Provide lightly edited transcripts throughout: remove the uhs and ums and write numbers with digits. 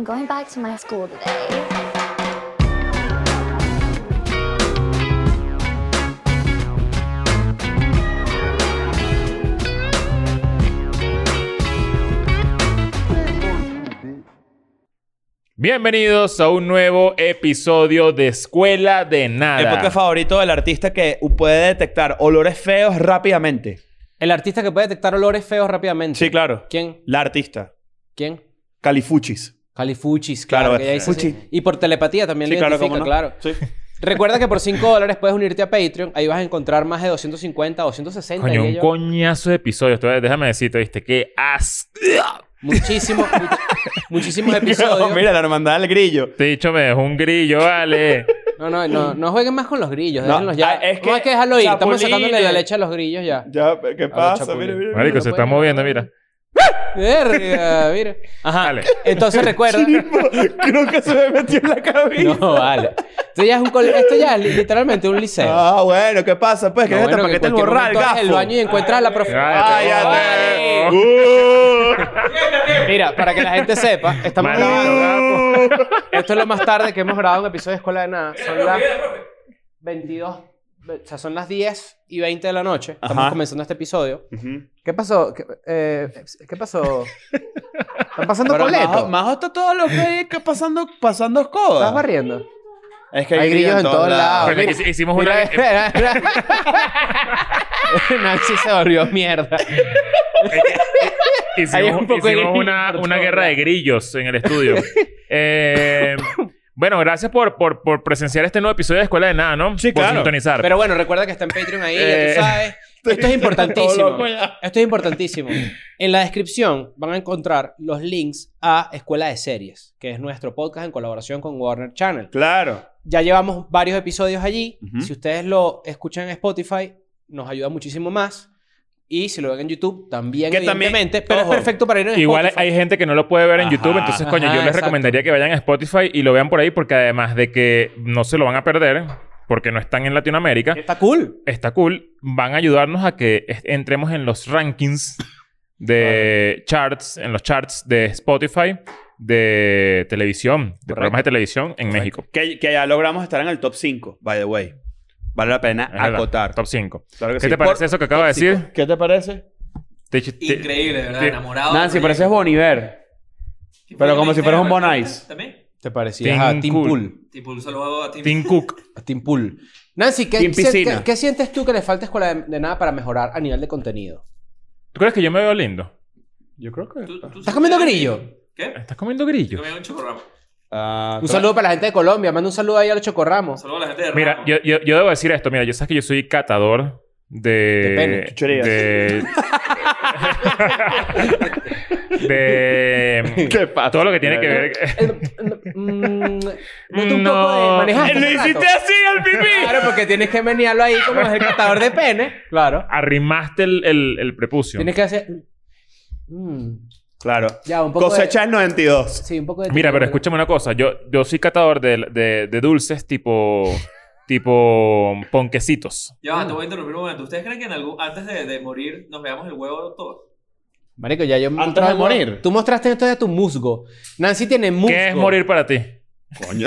I'm going back to my school today. Bienvenidos a un nuevo episodio de Escuela de Nada. El podcast favorito del artista que puede detectar olores feos rápidamente. El artista que puede detectar olores feos rápidamente. Sí, claro. ¿Quién? La artista. ¿Quién? Califuchis. Califuchis, claro. Claro, Que ya dice Fuchi. así. Y por telepatía también Sí, lo claro, identifica, cómo no. claro. Sí. Recuerda que por $5 puedes unirte a Patreon. Ahí vas a encontrar más de 250 o 260. Coño, diría un yo. coñazo de episodios. Déjame decirte, ¿viste? ¡Qué Muchísimos episodios. Mira, la hermandad del grillo. Te he dicho, me dejó un grillo, vale. No jueguen más con los grillos. No, Déjenlos ya. es que No hay que dejarlo ir. Estamos chapulines. sacándole la leche a los grillos ya. Ya, ¿qué pasa? chapulín. Mira. Marico, no se puede- está moviendo, mira. Verga, mira. Ajá. Dale. Entonces recuerda. Creo que se me metió en la cabeza. No, vale. Esto ya es literalmente un liceo. Ah, bueno, ¿qué pasa? Pues que No, este bueno, paquete en cualquier borrar el momento vas gafo. al baño y encuentras a la profesora. Cállate. Mira, para que la gente sepa, estamos grabando. Esto es lo más tarde que hemos grabado un episodio de Escuela de Nada. Son las 22. O sea, son las 10:20 de la noche. Estamos Ajá. comenzando este episodio. Ujú. ¿Qué pasó? ¿Qué pasó? ¿Están pasando Pero coleto? Majo está todo lo que hay que pasando ¿Estás escobas. barriendo? Es que Hay grillos en todos lados. Porque Mira, hicimos mira, una... mira. Nancy se volvió mierda. Hay un poco de Hicimos grillo una por todos guerra de lados. grillos en el estudio. Bueno, gracias por presenciar este nuevo episodio de Escuela de Nada, ¿no? Sí, por claro. sintonizar. Pero bueno, recuerda que está en Patreon ahí, ya tú sabes. Esto es importantísimo. Todo loco ya. Esto es importantísimo. En la descripción van a encontrar los links a Escuela de Series, que es nuestro podcast en colaboración con Warner Channel. Claro. Ya llevamos varios episodios allí. Ujú. Si ustedes lo escuchan en Spotify, nos ayuda muchísimo más. Y si lo ven en YouTube, también, Que también- evidentemente. Pero ojo, es perfecto para ir en Igual Spotify. hay gente que no lo puede ver en Ajá. YouTube, entonces, coño, Ajá, yo les exacto. recomendaría que vayan a Spotify y lo vean por ahí, porque además de que no se lo van a perder, porque no están en Latinoamérica, Está cool. está cool, van a ayudarnos a que entremos en los rankings de charts, en los charts de Spotify de televisión, de programas de televisión en México. Que ya logramos estar en el top 5, by the way. Vale la pena Es verdad, acotar. Top 5. Claro que ¿Qué sí. te parece eso que acabo de decir? ¿Qué te parece? Increíble, ¿verdad? te- Enamorado. Nancy, del pareces proyecto. Boniver. Sí, pero fue como el si fueras un Instagram, Bon Ice. ¿También? Te parecía Team a Team Cool. Pool. Tipo, un saludo a Tim. Tim Cook. A Team Pool. Nancy, Team Piscina. ¿qué sientes tú que le falta a Escuela de Nada para mejorar a nivel de contenido? ¿Tú crees que yo me veo lindo? Yo creo que... ¿Tú ¿Estás comiendo grillo? ¿Qué? ¿Estás comiendo grillo? Comí un chocorramo. Un saludo para la gente de Colombia. Manda un saludo ahí a los Chocorramos. Saludo a la gente de Mira, Ramo. yo debo decir esto. Mira, yo sabes que yo soy catador De pene, chucherías. de ¿Qué pasa? todo lo que tiene que ver... Noto un No. poco de manejaste ¡Lo hace hiciste rato. así al pipí! Claro, porque tienes que menearlo ahí como el catador de pene. Claro. Arrimaste el prepucio. Tienes que hacer... Claro. Ya, un poco Cosecha el 92. Sí, un poco de... Mira, pero escúchame una cosa. Yo soy catador de dulces tipo ponquecitos. Ya va, te voy a interrumpir un momento. ¿Ustedes creen que antes de morir nos veamos el huevo todos? Marico, ya yo... Antes de morir. Tú mostraste esto de tu musgo. Nancy tiene musgo. ¿Qué es morir para ti? Coño.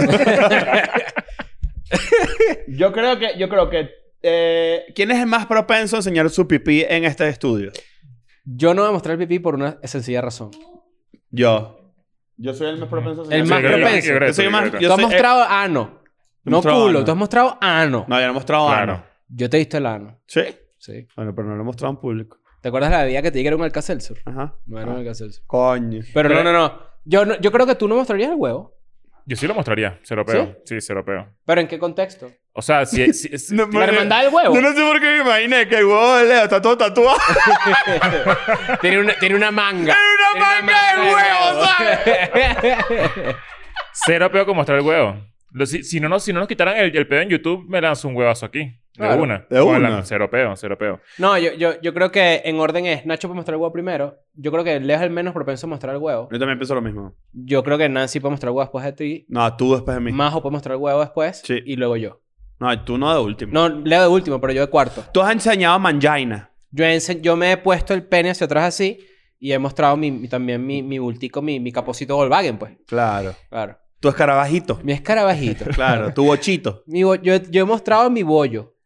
Yo creo que ¿quién es el más propenso a enseñar su pipí en este estudio? Yo no voy a mostrar el pipí por una sencilla razón. Yo soy el más propenso a enseñar El su más pipí. propenso. Yo soy más... Tú yo has soy- mostrado ano. No mostrado culo. ano. Tú has mostrado ano. No, yo no he mostrado Claro. ano. Yo te he visto el ano. ¿Sí? Sí. Bueno, pero no lo he mostrado en público. ¿Te acuerdas la día que te dije que era un Alka-Seltzer? Ajá. No era un Alka-Seltzer. Coño. Pero no. Yo creo que tú no mostrarías el huevo. Yo sí lo mostraría. Se lo pego. Sí, se lo pego. ¿Pero en qué contexto? O sea, si... No, ¿La hermandad del huevo? Yo no sé por qué me imaginé que el huevo de Leo está todo tatuado. Tiene una manga. ¡Tiene una manga de huevo, ¿sabes? Cero peo con mostrar el huevo. Si no nos quitaran el peo en YouTube, me lanzo un huevazo aquí. De Claro. una. De una. Hola, cero peo. No, yo creo que en orden es Nacho puede mostrar el huevo primero. Yo creo que Leo es el menos propenso a mostrar el huevo. Yo también pienso lo mismo. Yo creo que Nancy puede mostrar el huevo después de ti. No, tú después de mí. Majo puede mostrar el huevo después. Sí. Y luego yo. No, tú no de último. No, Leo de último, pero yo de cuarto. Tú has enseñado mangina. Yo me he puesto el pene hacia atrás así Y he mostrado también mi bultico, mi capocito Volkswagen, pues. Claro. Claro. Tu escarabajito. Mi escarabajito. Claro, tu bochito. Yo he mostrado mi bollo.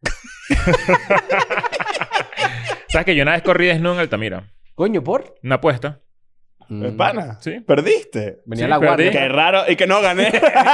¿Sabes que yo una vez corrí desnudo en Altamira? Coño, ¿por? Una apuesta. ¿Es pana? Sí. ¿Perdiste? Venía Sí, la guardia. Qué raro. Y que no gané.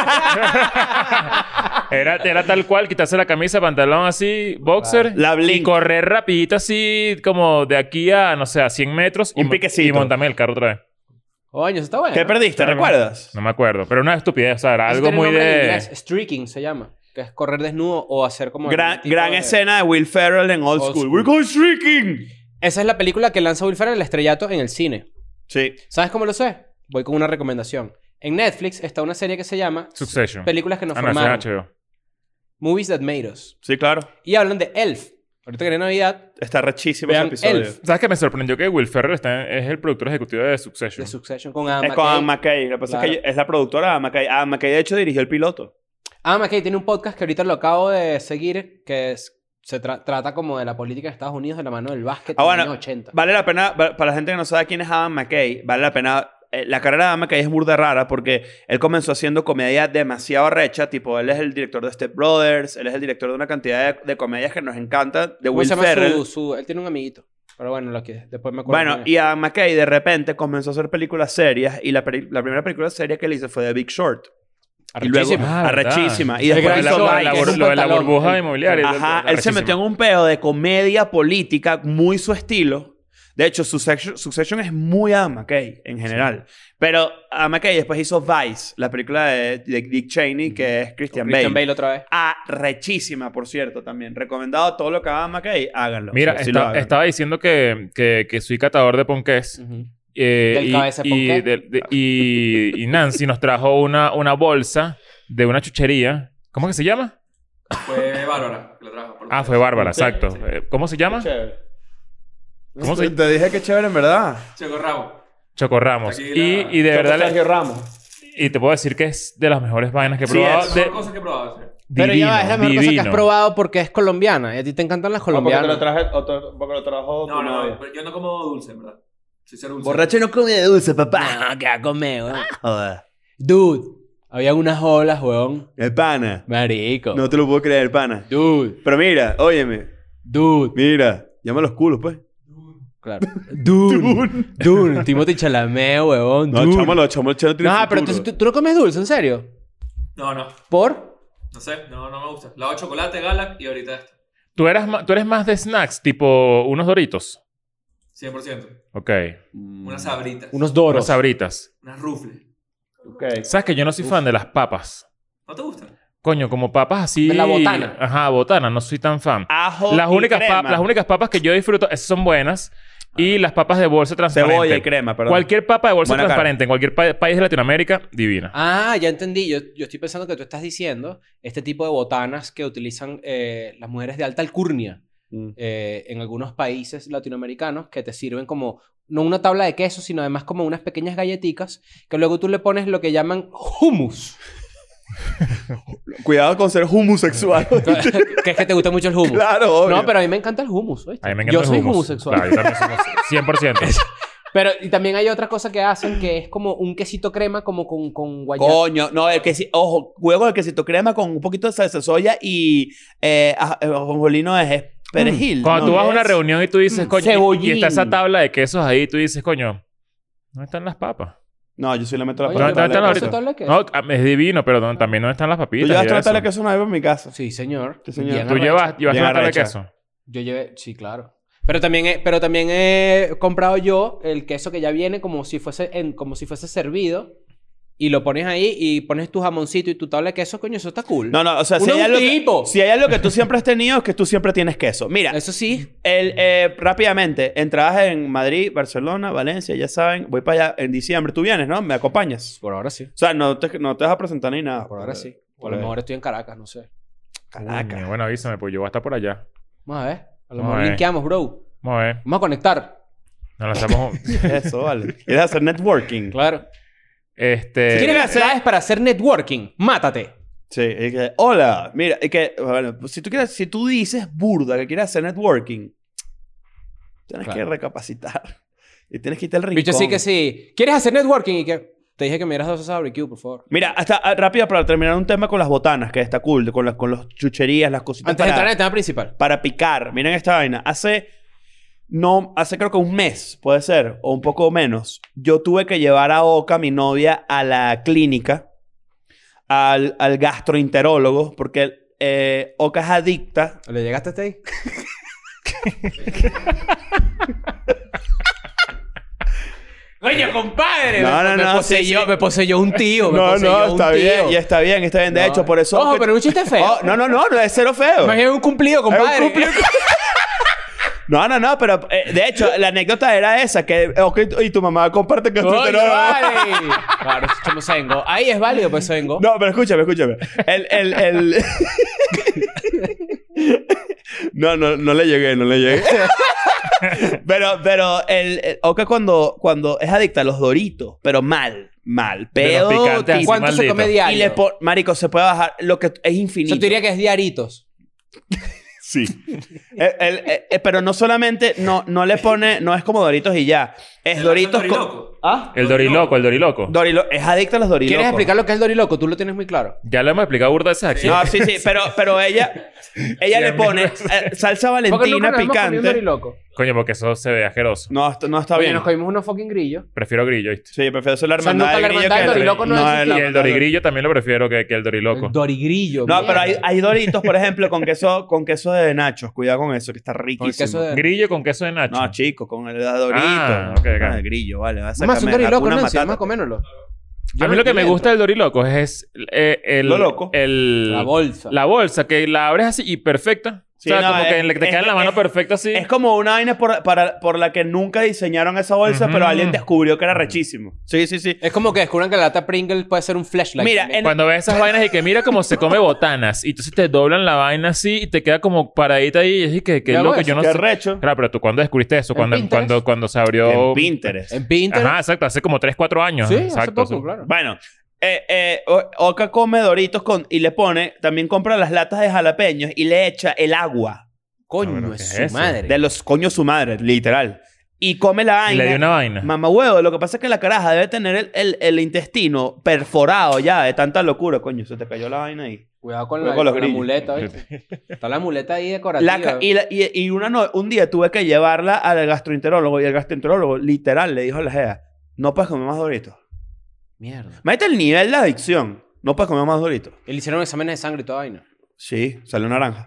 Era tal cual, quitarse la camisa, pantalón así, boxer. La Blink. Y correr rapidito así, como de aquí a, no sé, a 100 metros. Un y piquecito. Y montarme el carro otra vez. Coño, eso está bueno. ¿Qué perdiste? Claro. ¿Recuerdas? No me acuerdo. Pero una estupidez. O sea, era Eso algo tiene muy nombre en de... inglés. Streaking se llama. Que es correr desnudo o hacer como... Gran algún tipo de- escena de Will Ferrell en Old Old School. School. We're going streaking. Esa es la película que lanza Will Ferrell, el estrellato en el cine. Sí. ¿Sabes cómo lo sé? Voy con una recomendación. En Netflix está una serie que se llama Succession. Películas que nos Ah, no, ese formaron. es HBO. Movies That Made Us. Sí, claro. Y hablan de Elf. Ahorita que viene Navidad, Está rechísimo ese Vean episodio. Elf. ¿Sabes qué? Me sorprendió que Will Ferrell es el productor ejecutivo de Succession. de Succession con Adam Es con McKay. Adam McKay. Lo que pasa Claro. es que es la productora Adam McKay. Adam McKay, de hecho, dirigió el piloto. Adam McKay tiene un podcast que ahorita lo acabo de seguir que se trata como de la política de Estados Unidos de la mano del básquet Ah, en bueno. los años 80. Vale la pena, para la gente que no sabe quién es Adam McKay, vale la pena. La carrera de Adam McKay es burda rara porque él comenzó haciendo comedia demasiado recha. Tipo, él es el director de Step Brothers, él es el director de una cantidad de comedias que nos encantan, de ¿Cómo Will se llama Ferrell. Él tiene un amiguito. Pero bueno, lo que después me acuerdo. Bueno, quién es. y Adam McKay de repente comenzó a hacer películas serias y la primera película seria que él hizo fue The Big Short. Y luego, Arrechísima. Ah, ¿verdad? arrechísima. Y El después gran hizo show, Vice. que es un Lo de la pantalón. burbuja inmobiliaria. Ajá, él se metió en un pedo de comedia política muy su estilo. De hecho, Succession es muy Adam McKay en general. Pero Adam McKay después hizo Vice, la película de Dick Cheney, que es Christian Bale. Christian Bale otra vez. Rechísima, por cierto, también. Recomendado todo lo que haga Adam McKay, háganlo. Mira, Sí, lo hagan. estaba diciendo que soy catador de ponqués. Ujú. Del cabeza de ponqué. Y Nancy nos trajo una bolsa de una chuchería. ¿Cómo que se llama? Fue Bárbara que lo trajo. por Ah, ustedes. fue Bárbara, Sí, exacto. sí. ¿Cómo se llama? Chévere. ¿Cómo se Te dije que chévere, en verdad. Choco Ramos. Choco Ramos. Aquí Y de verdad... Sergio Ramos. Y te puedo decir que es de las mejores vainas que he Sí, probado. es. Son De, cosas que he probado, sí. Pero ya va, es la mejor cosa que has divino. probado porque es colombiana. Y a ti te encantan las Porque te colombianas. lo traje, porque lo trajo No, tu no, novia. pero yo no como dulce, en verdad. Soy ser dulce. Borracho no come dulce, papá. No, que a comer, weón. Joder. Dude, había unas olas, weón. El pana. Marico. No te lo puedo creer, pana. Dude, Pero mira, óyeme. dude. Mira. Llama los culos, pues. Claro. Dude. Dude. Timothy Chalamet, weón. No, Dude. chámalo, el chelo tiene No, pero futuro. tú no comes dulce, ¿en serio? No. ¿Por? No sé, no me gusta. Le hago chocolate, Galac y ahorita esto. ¿Tú eres más de snacks, tipo unos doritos? 100%. Ok. Unas sabritas. Unos Unas doros. sabritas. Unas rufles. Ok. ¿Sabes que yo no soy fan de las papas? ¿No te gustan? Coño, como papas así... De la botana. Ajá, botana. No soy tan fan. Ajo Las y únicas, crema. las únicas papas que yo disfruto, esas son buenas. Y las papas de bolsa transparente. Cebolla y crema, perdón. Cualquier papa de bolsa Buena transparente en cualquier país de Latinoamérica, divina. Ah, ya entendí. Yo estoy pensando que tú estás diciendo este tipo de botanas que utilizan las mujeres de alta alcurnia en algunos países latinoamericanos que te sirven como no una tabla de queso, sino además como unas pequeñas galletitas que luego tú le pones lo que llaman hummus. Cuidado con ser homosexual. Que es que te gusta mucho el hummus. Claro, obvio. No, pero a mí me encanta el hummus, ¿oíste? A mí me encanta Yo soy el hummus. homosexual. Claro, yo también somos 100%. Pero y también hay otra cosa que hacen que es como un quesito crema como con guayaba. Coño, no, ojo, juego con el quesito crema con un poquito de salsa de soya y ajonjolino es perejil. Cuando ¿no? tú vas a una Es- reunión y tú dices, coño, y Cebollín. está esa tabla de quesos ahí, tú dices, coño, ¿dónde están las papas? No, yo sí le meto la Oye, ¿Dónde pata. están ¿no las te ahorita? tabla de queso? No, es divino, pero también ¿dónde están las ¿Tú papitas? llevaste y la eso? tabla de queso una vez en mi casa? Sí, señor. Sí, señor. Bien ¿Tú arrecha. llevaste Bien una tabla de arrecha. queso? Yo llevé, sí, claro. Pero también he comprado yo el queso que ya viene como si fuese servido y lo pones ahí y pones tu jamoncito y tu tabla de queso, coño, eso está cool. No, o sea, si Uno hay, es un algo tipo. si hay algo que tú siempre has tenido es que tú siempre tienes queso. Mira, Eso sí. rápidamente, entradas en Madrid, Barcelona, Valencia, ya saben, voy para allá en diciembre. Tú vienes, ¿no? ¿Me acompañas? Por ahora sí. O sea, no te vas a presentar ni nada. Por ahora sí. O a lo mejor estoy en Caracas, no sé. Caraca. Coño, bueno, avísame, pues yo voy a estar por allá. Vamos a ver. A lo Vamos a mejor ver. linkeamos, bro. Vamos a ver. Vamos a conectar. Nos lanzamos... Eso, vale. ¿Quieres hacer networking? Claro. Si este... tienes habilidades para hacer networking, mátate. Sí, y que, hola, mira, y que, bueno, pues si tú dices burda que quieres hacer networking, tienes Claro. que recapacitar. Y tienes que quitar el rincón. Bicho, sí que sí. ¿Quieres hacer networking? Y que te dije que me dieras 2 veces a BBQ, por favor. Mira, hasta rápido para terminar un tema con las botanas, que está cool, con las chucherías, las cositas Antes de entrar en el tema principal. para picar. Miren esta vaina. Hace creo que un mes, puede ser, o un poco menos, yo tuve que llevar a Oka, mi novia, a la clínica, al gastroenterólogo, porque Oka es adicta. ¿Le llegaste hasta ahí? Coño, compadre. Me poseyó un tío. Está bien, y está bien. De hecho, por eso... Ojo, pero es un chiste feo. No, es cero feo. Más bien un cumplido, compadre. No, pero de hecho, la anécdota era esa, que y tu mamá comparte gastroenterólogo. Vale. Claro, escuchamos Sengo. Ahí es válido, pues Sengo. No, pero escúchame. No le llegué. pero el Oka cuando es adicta a los Doritos, pero mal. De los picantes así ¿Cuánto se malditos. come diario? Marico, se puede bajar lo que es infinito. Yo te diría que es diaritos. Sí. Pero no solamente... No le pone... No es como Doritos y ya. Es Doritos con... Doriloco. ¿Ah? El Doriloco. Es adicta a los Dorilocos. ¿Quieres explicar lo que es el Doriloco? Tú lo tienes muy claro. Ya lo hemos explicado burda de aquí. No, sí. Pero ella le pone salsa valentina picante. Coño, porque eso se ve asqueroso. No está Oye, bien. nos comimos unos fucking grillos. Prefiero grillo, ¿viste? Sí, prefiero hacer la O sea, hermandad nunca la del grillo hermandad del que Doriloco no es existe. la- Y el dorigrillo también lo prefiero que el doriloco. El dorigrillo. No, pero mierda. hay Doritos, por ejemplo, con queso de nachos. Cuidado con eso, que está riquísimo. Con el queso de... Grillo con queso de nacho. No, chico, con el Dorito. Ah, ok. El grillo, vale. Va a Vamos a hacer un sacarme doriloco, Hakuna ¿no? Si vamos a Matata. comérnoslo. A mí lo que me gusta del doriloco es Lo loco. La bolsa. La bolsa, que la abres así y perfecta. Sí, o sea, no, como que te queda en la mano perfecta así. Es como una vaina por la que nunca diseñaron esa bolsa, Ujú. pero alguien descubrió que era rechísimo. Sí. Es como que descubran que la lata Pringles puede ser un flashlight. Mira, también. Cuando ves esas vainas y que mira cómo se come botanas. Y entonces te doblan la vaina así y te queda como paradita ahí. Y es que Ya loco, ves, yo no Qué sé. recho. Claro, pero tú ¿cuándo descubriste eso? En Pinterest. Cuando se abrió... En Pinterest. En Pinterest. Ajá, exacto. Hace como 3, 4 años. Sí, exacto. hace poco, claro. Bueno, Oka come Doritos y le pone... También compra las latas de jalapeños y le echa el agua Coño, Bueno, es ¿qué su es eso? madre. de los coños su madre, literal. Y come la Y vaina. le dio una vaina. Mamá huevo, lo que pasa es que la caraja debe tener el intestino perforado ya de tanta locura. Coño, se te cayó la vaina ahí. Cuidado con, Cuidado la, con los con la grillos. muleta, ¿viste? Está la muleta ahí decorativa. Un día tuve que llevarla al gastroenterólogo y el gastroenterólogo literal le dijo a la jeva, no puedes comer más Doritos. Mierda. Mete el nivel de adicción. No puedes comer más Doritos. Y le hicieron exámenes de sangre y toda vaina. Sí, salió naranja.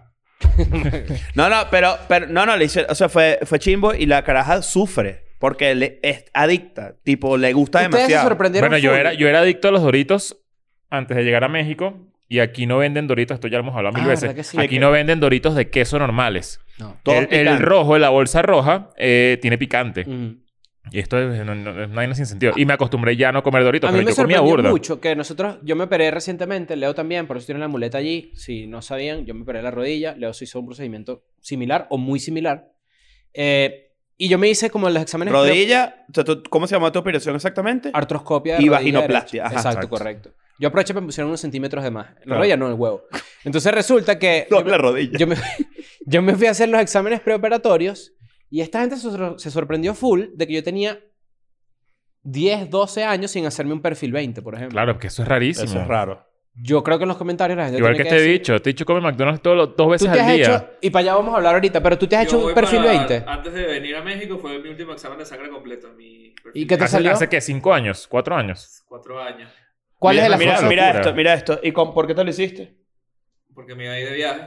le hice, o sea, fue chimbo y la caraja sufre porque le es adicta, tipo, le gusta Ustedes se demasiado. sorprendieron Bueno, yo full. era adicto a los Doritos antes de llegar a México. Y aquí no venden Doritos. Esto ya lo hemos hablado mil veces. ¿verdad que sí? Aquí no venden Doritos de queso normales. No. Todo El picante. rojo, la bolsa roja, tiene picante. Ujú. Y esto es una vaina sin sentido. Y me acostumbré ya a no comer Doritos. A mí Pero me yo comía sorprendió burda. mucho que yo me operé recientemente, Leo también, por eso tiene la muleta allí. Si no sabían, yo me operé la rodilla, Leo se hizo un procedimiento similar o muy similar. Y yo me hice como los exámenes... Rodilla, o sea, ¿cómo se llama tu operación exactamente? Artroscopia de Y rodilla vaginoplastia. derecha. Ajá, Exacto, exacto. correcto. Yo aproveché para me pusieron unos centímetros de más. La Claro. rodilla no, el huevo. Entonces resulta que... No, la rodilla. Yo me fui a hacer los exámenes preoperatorios y esta gente se sorprendió full de que yo tenía 10, 12 años sin hacerme un perfil 20, por ejemplo. Claro, porque eso es rarísimo. Eso es raro. Yo creo que en los comentarios la gente Igual que tiene este decir, bicho. Este bicho come McDonald's dos Tú veces te al has día. hecho... Y para allá vamos a hablar ahorita, pero tú te has Yo hecho voy un perfil para- 20. Antes de venir a México fue mi último examen de sangre completo. Mi perfil. ¿Y qué te ¿Hace, salió? hace qué? ¿5 años? ¿4 años? 4 años. ¿Cuál mira, es el mira, esfuerzo? mira locura. esto, mira esto. ¿Y por qué te lo hiciste? Porque me iba a ir de viaje.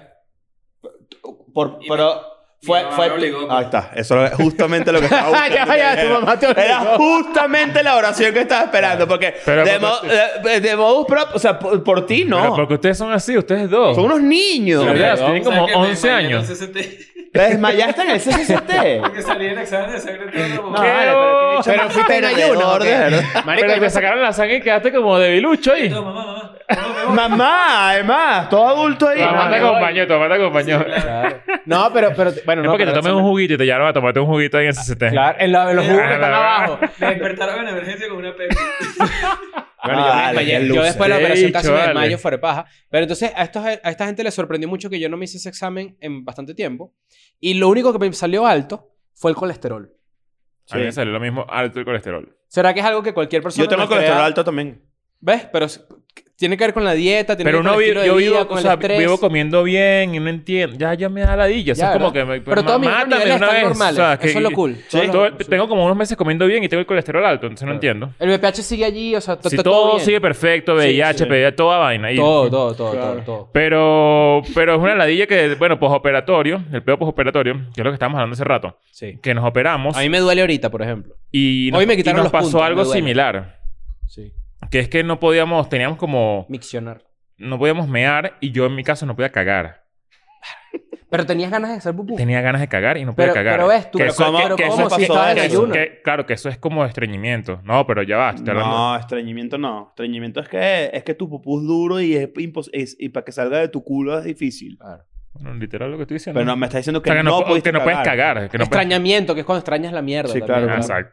Y Pero mi mamá me obligó, pues. Ahí está. Eso es justamente lo que estaba buscando. Ya, tu mamá te obligó. Era justamente la oración que estaba esperando. Porque Pero de modus propio, o sea, por ti Pero no. porque ustedes son así. Ustedes dos. Son unos niños. De verdad, tienen como ¿Sabes que me 11 desmayé en años. el CCT? ¿Te desmayaste en el CCCT? Porque salí en examen de sangre todo el No, mundo. vale, pero qué bicho Pero más fuiste en ayuno, perdedor, ¿o de qué? verdad. Marico, Pero te sacaron la sangre y quedaste como debilucho ahí. No, mamá. No, Mamá, además, todo adulto ahí. Tu mamá te acompañó, tu mamá te acompañó. Claro. No, pero bueno, Es no. porque te pero tomes un juguito y te llaman a tomarte un juguito ahí en CCT. Claro, en los jugos que están abajo. Me despertaron en emergencia con una Pepsi. Bueno, Vale, qué yo loser. después de la Qué operación casi bicho, me desmayo vale. fuera de paja. Pero entonces a esta gente le sorprendió mucho que yo no me hice ese examen en bastante tiempo. Y lo único que me salió alto fue el colesterol. A mí me salió lo mismo alto el colesterol. ¿Será que es algo que cualquier persona... Yo tengo el a nuestra colesterol edad- alto también. ¿Ves? Pero tiene que ver con la dieta, tiene Pero que ver uno con el estilo de yo vida, vivo, con o el sea, estrés. vivo comiendo bien y no entiendo. Ya me da ladilla. Eso Ya, es como ¿verdad? que... Pero todos mis mátame niveles una están vez. normales. O sea, que- Eso es lo cool. Sí. Tengo como unos meses comiendo bien y tengo el colesterol alto. Entonces no entiendo. El BPH sigue allí, o sea, Si está todo bien. sigue perfecto, VIH, sí. PIH, toda vaina. Y- Todo. Pero es una ladilla que, bueno, posoperatorio, el peor posoperatorio, que es lo que estábamos hablando hace rato, Sí. que nos operamos A mí me duele ahorita, por ejemplo. y Hoy me quitaron y los nos pasó puntos, algo me duele. similar. Sí. Que es que teníamos como, Miccionar. no podíamos mear y yo en mi caso no podía cagar. Pero tenías ganas de hacer pupú. Tenía ganas de cagar y no podía Pero- cagar. pero ves tú, que pero eso, ¿cómo- que- que cómo eso si es- estabas en que- ayuno? claro, que eso es como estreñimiento. No, pero ya va, estoy hablando. No, estreñimiento no. Estreñimiento es que tu pupú es duro y y para que salga de tu culo es difícil. Claro. Bueno, literal lo que estoy diciendo. Pero no, me está diciendo o que, sea, que no, pudiste que no puedes cagar. Que no puedes... Extrañamiento, que es cuando extrañas la mierda. Sí, también, claro. Exacto.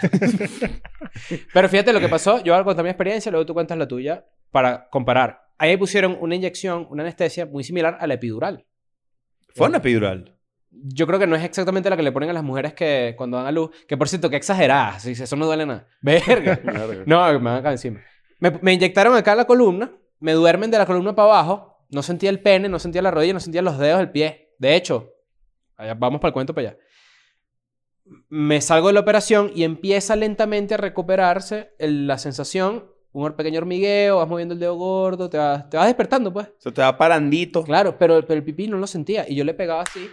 Pero fíjate lo que pasó. Yo voy a contar mi experiencia, luego tú cuentas la tuya para comparar. Ahí me pusieron una inyección, una anestesia muy similar a la epidural. Fue una epidural. Yo creo que no es exactamente la que le ponen a las mujeres que cuando dan a luz. Que por cierto, que exageradas. Eso no duele nada. Verga. No, me van acá encima. Me inyectaron acá la columna. Me duermen de la columna para abajo. No sentía el pene, no sentía la rodilla, no sentía los dedos del pie. De hecho, vamos para el cuento para allá. Me salgo de la operación y empieza lentamente a recuperarse la sensación. Un pequeño hormigueo, vas moviendo el dedo gordo, te vas despertando, pues. Se te va parandito. Claro, pero el pipí no lo sentía. Y yo le pegaba así.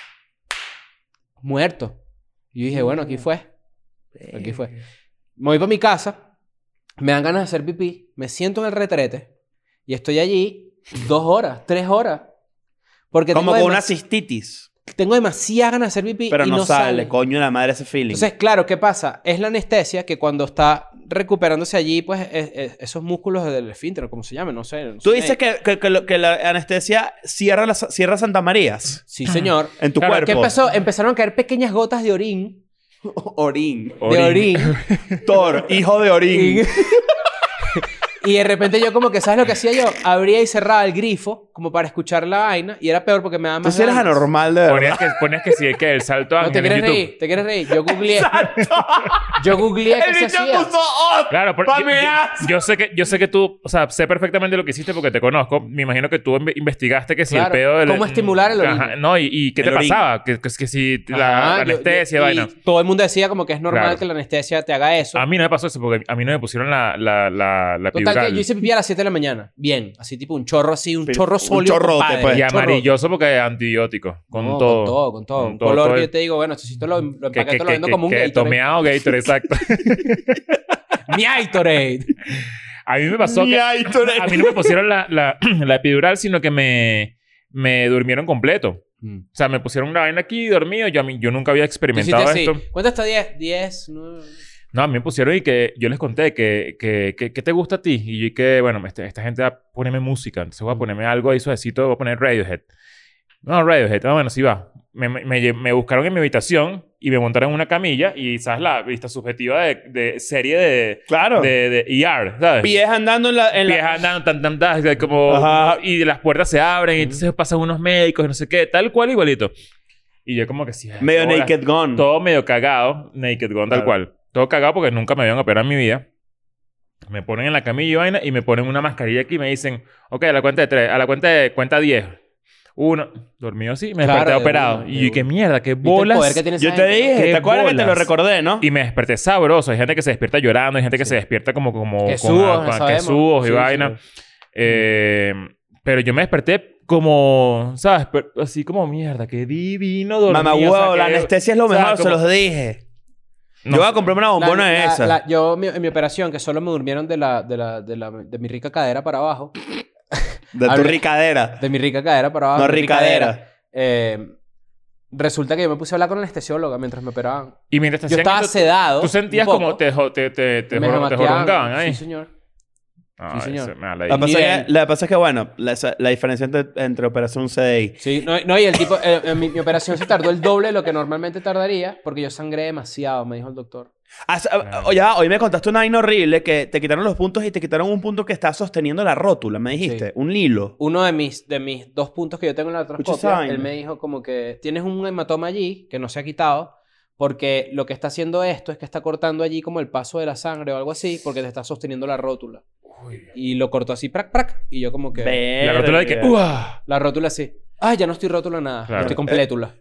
Muerto. Y yo dije, bueno, aquí fue. Aquí fue. Me voy para mi casa. Me dan ganas de hacer pipí. Me siento en el retrete. Y estoy allí 2 horas, 3 horas. Porque Como tengo, con una cistitis. tengo demasiadas ganas de hacer pipí. Pero y no sale, coño de la madre ese feeling. Entonces, claro, ¿qué pasa? Es la anestesia que cuando está recuperándose allí, pues, esos músculos del esfínter, como se llame, no sé. Tú dices que la anestesia cierra Santa Marías Sí, señor. en tu Claro, cuerpo. ¿Qué empezó? Empezaron a caer pequeñas gotas de orín. Orín. De orín. Thor, hijo de Orín. Y de repente yo como que, ¿sabes lo que hacía yo? Abría y cerraba el grifo como para escuchar la vaina y era peor porque me daba más Tú sí eres ganas. anormal de verdad. Ponías que sí, que el salto No, ángel te en quieres YouTube. reír, te quieres reír. Yo googleé qué se hacía. Claro, porque ¡Pameas! yo sé que tú, o sea, sé perfectamente lo que hiciste porque te conozco. Me imagino que tú investigaste que si Claro, el pedo del... cómo estimular el Ajá, orín. no, y qué El te orín. pasaba, que si la Ajá, anestesia, y vaina. todo el mundo decía como que es normal Claro. que la anestesia te haga eso. A mí no me pasó eso porque a mí no me pusieron la Total, epidural. que yo hice pipí a las 7 de la mañana. Bien. Así tipo un chorro así, un chorro Un sólido. chorrote, compadre. pues. Y Un chorro. amarilloso porque es antibiótico. Con No, todo. Con todo. Con Un todo, color todo que el- yo te digo, bueno, esto lo Que empaqueto, lo vendo como un Gatorade. tomeado Gatorade, exacto. Mi Gatorade. A mí me pasó que... A mí no me pusieron la epidural, sino que me durmieron completo. O sea, me pusieron una vaina aquí dormido. Yo nunca había Tú hiciste experimentado así. esto. ¿Cuánto está 10? 10, 9... No, a mí me pusieron y que yo les conté que te gusta a ti. Y yo que, bueno, esta gente va a ponerme música. Entonces voy a ponerme algo ahí suavecito. Voy a poner Radiohead. No, Radiohead. Ah, bueno, sí va. Me buscaron en mi habitación y me montaron en una camilla. Y, ¿sabes? La vista subjetiva de serie de... Claro. De ER, ¿sabes? Pies andando en la... Pies andando, como... Ajá. Y las puertas se abren. Y entonces pasan unos médicos, no sé qué. Tal cual, igualito. Y yo como que sí... Medio ahora- Naked Gun. Todo medio cagado. Naked Gun, tal Claro. cual. Todo cagado porque nunca me habían operado en mi vida. Me ponen en la camilla y vaina y me ponen una mascarilla aquí y me dicen... Ok, a la cuenta de 3. A la cuenta 10. 1. Dormido así. Me Claro, desperté de operado. una, de y yo, qué una. mierda, qué ¿Viste el poder bolas. que tiene esa Yo te gente? dije, Qué ¿te acuerdas que te lo bolas. recordé, no? Y me desperté sabroso. Hay gente que se despierta llorando. Hay gente que se despierta como Que subos, que sabemos. subos y Sí, vaina. sí. Pero yo me desperté como... ¿Sabes? Así como mierda. Qué divino dormir. Mamá o sea, huevo, la que- anestesia es lo o sea, mejor, se como- los dije. No Yo voy a sé. comprarme una bombona de esa. Yo, en mi operación, que solo me durmieron de mi rica cadera para abajo. De tu Hable- ricadera. De mi rica cadera para abajo. No mi ricadera. Resulta que yo me puse a hablar con la anestesióloga mientras me operaban. Y mientras te Yo hacían estaba esto, sedado. ¿tú sentías un poco. como te Me jamaqueaban. jorongaban ahí? Sí, señor. Ah, Sí, señor. eso me da la Lo que idea. pasa Nivel. es que, bueno, la diferencia entre operación CDI. Sí, no, y el tipo... mi operación se tardó el doble de lo que normalmente tardaría porque yo sangré demasiado, me dijo el doctor. Hoy me contaste una vaina horrible que te quitaron los puntos y te quitaron un punto que está sosteniendo la rótula, me dijiste. Sí. Un hilo. Uno de mis 2 puntos que yo tengo en la Escucha esa artroscopia, vaina. él me dijo como que tienes un hematoma allí que no se ha quitado Porque lo que está haciendo esto es que está cortando allí como el paso de la sangre o algo así, porque te está sosteniendo la rótula. Y lo cortó así, prac, prac. Y yo como que... La rótula de que... ¡Uah! La rótula así. Ay, ya no estoy rótula nada. Claro. Estoy complétula.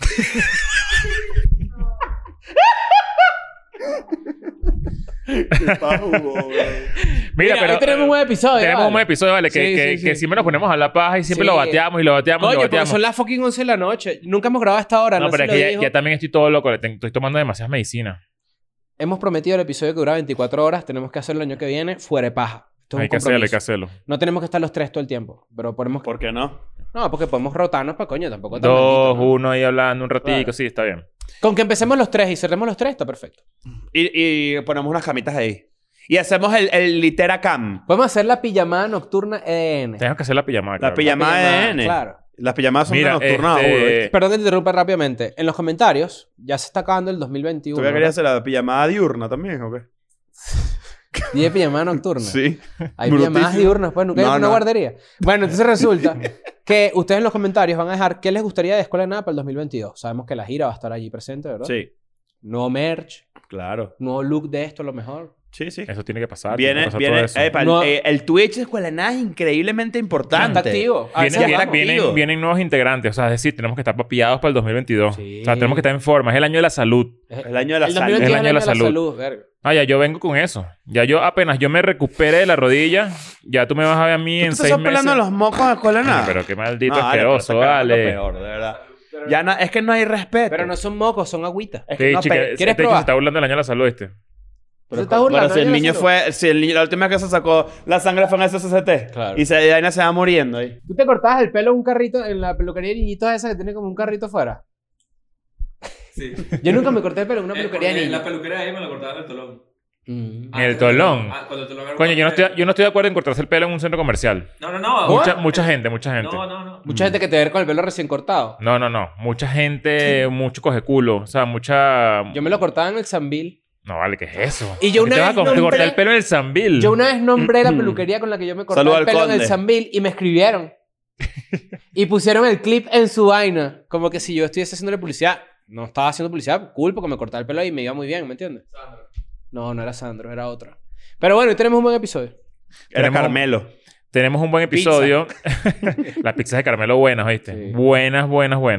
Mira, pero... hoy tenemos un buen episodio. Tenemos ¿vale? un buen episodio, ¿vale? Sí, Que sí. siempre nos ponemos a la paja y siempre Sí. lo bateamos y lo bateamos y Coño, lo porque bateamos. son las fucking 11 de la noche. Nunca hemos grabado a esta hora. No, No pero se es lo que dijo. ya también estoy todo loco. Estoy tomando demasiadas medicinas. Hemos prometido el episodio que dura 24 horas. Tenemos que hacerlo el año que viene fuera de paja. Esto es Hay un que hacerlo, hay compromiso. que hacerlo. No tenemos que estar los tres todo el tiempo. Pero podemos... ¿Por qué no? No, porque podemos rotarnos para coño. Tampoco tan 2, maldito, ¿no? 1 ahí hablando un ratico. Claro. Sí, está bien. Con que empecemos los tres y cerremos los tres, está perfecto. Y ponemos unas camitas ahí. Y hacemos el litera cam. Podemos hacer la pijamada nocturna EDN. Tenemos que hacer la pijamada. La claro. pijamada de N. Claro. Las pijamadas son Mira, de nocturna, ¿viste? Perdón que te interrumpa rápidamente. En los comentarios, ya se está acabando el 2021. ¿Tú ya querías hacer la pijamada diurna también o qué? ¿Tiene pijamada nocturna? Sí. Hay Brutísimo. pijamadas diurnas, pues nunca hay No, una no. guardería. Bueno, entonces resulta que ustedes en los comentarios van a dejar qué les gustaría de Escuela de Nada para el 2022. Sabemos que la gira va a estar allí presente, ¿verdad? Sí, Nuevo merch, claro. nuevo look de esto, lo mejor. Sí, sí. Eso tiene que pasar. Viene, tiene que pasar todo eso. epa, No. el Twitch de Escuela de Nada es increíblemente importante. Está activo. A veces Vienen, está hablamos. activo. vienen nuevos integrantes. O sea, es decir, tenemos que estar papiados para el 2022. Sí. O sea, tenemos que estar en forma. Es el año de la salud. El año de la El salud. 2022 El es año de la salud. verga. Ah, ya yo vengo con eso. Ya yo apenas yo me recupere de la rodilla, ya tú me vas a ver a mí ¿Tú en te 6 estás meses. pelando los mocos de Escuela de Nada? Pero qué maldito No, vale, asqueroso, pero esta carajo es lo vale. peor, de verdad. Ya es que no hay respeto. Pero no son mocos, son agüitas. Es que Sí, no chica, pe- este ¿Quieres dicho probar? se está burlando del año de la salud, ¿viste? Se está burlando. Pero si el ¿no? niño Yo fue... Si la última vez que se sacó la sangre fue en el SCT. Claro. Y de vaina se va muriendo ahí. ¿Tú te cortabas el pelo en un carrito en la peluquería de niñitos esa que tiene como un carrito afuera? Sí. Yo nunca me corté el pelo en una peluquería de En niños. la peluquería ahí me lo cortaban en el tolón. Mm. En el tolón. Cuando el tolón era Coño, un- yo no estoy de acuerdo en cortarse el pelo en un centro comercial. No, no, no. Mucha gente. No. Mucha gente que te ve con el pelo recién cortado. No. Mucha gente, mucho coge culo. O sea, mucha... Yo me lo cortaba en el Sambil. No, vale, ¿qué es eso? Y yo ¿Por qué una te vas vez a nombré- cortar el pelo en el Sambil? Yo una vez nombré la peluquería con la que yo me cortaba Saludo el al pelo en conde. el Sambil y me escribieron. Y pusieron el clip en su vaina. Como que si yo estuviese haciéndole publicidad. No estaba haciendo publicidad, cool, porque me cortaba el pelo y me iba muy bien, ¿me entiendes? No, no era Sandro, era otra. Pero bueno, hoy tenemos un buen episodio. Era Tenemos- Carmelo. Tenemos un buen episodio. Las pizzas de caramelo buenas, ¿oíste? Sí. Buenas.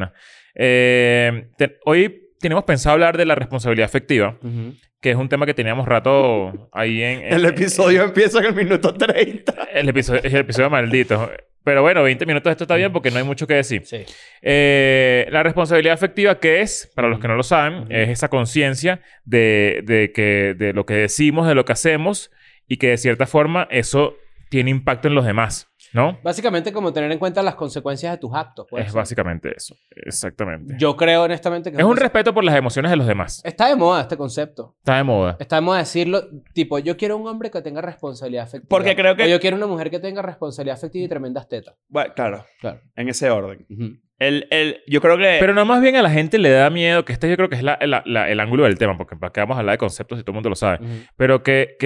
Hoy tenemos pensado hablar de la responsabilidad afectiva, que es un tema que teníamos rato ahí en... El episodio empieza en el minuto 30. el episodio maldito. Pero bueno, 20 minutos de esto está bien porque no hay mucho que decir. Sí. La responsabilidad afectiva, ¿qué es? Para los que no lo saben, es esa conciencia de lo que decimos, de lo que hacemos y que de cierta forma eso tiene impacto en los demás, ¿no? Básicamente como tener en cuenta las consecuencias de tus actos. puede Es ser. básicamente eso. Exactamente. Yo creo honestamente que... Es un respeto por las emociones de los demás. Está de moda este concepto. Está de moda. Está de moda decirlo, tipo, yo quiero un hombre que tenga responsabilidad afectiva. Porque creo que- O yo quiero una mujer que tenga responsabilidad afectiva y tremendas tetas. Bueno, claro. Claro. En ese orden. Yo creo que... Pero no, más bien a la gente le da miedo, que yo creo que es el ángulo del tema, porque para qué vamos a hablar de conceptos y todo el mundo lo sabe. Pero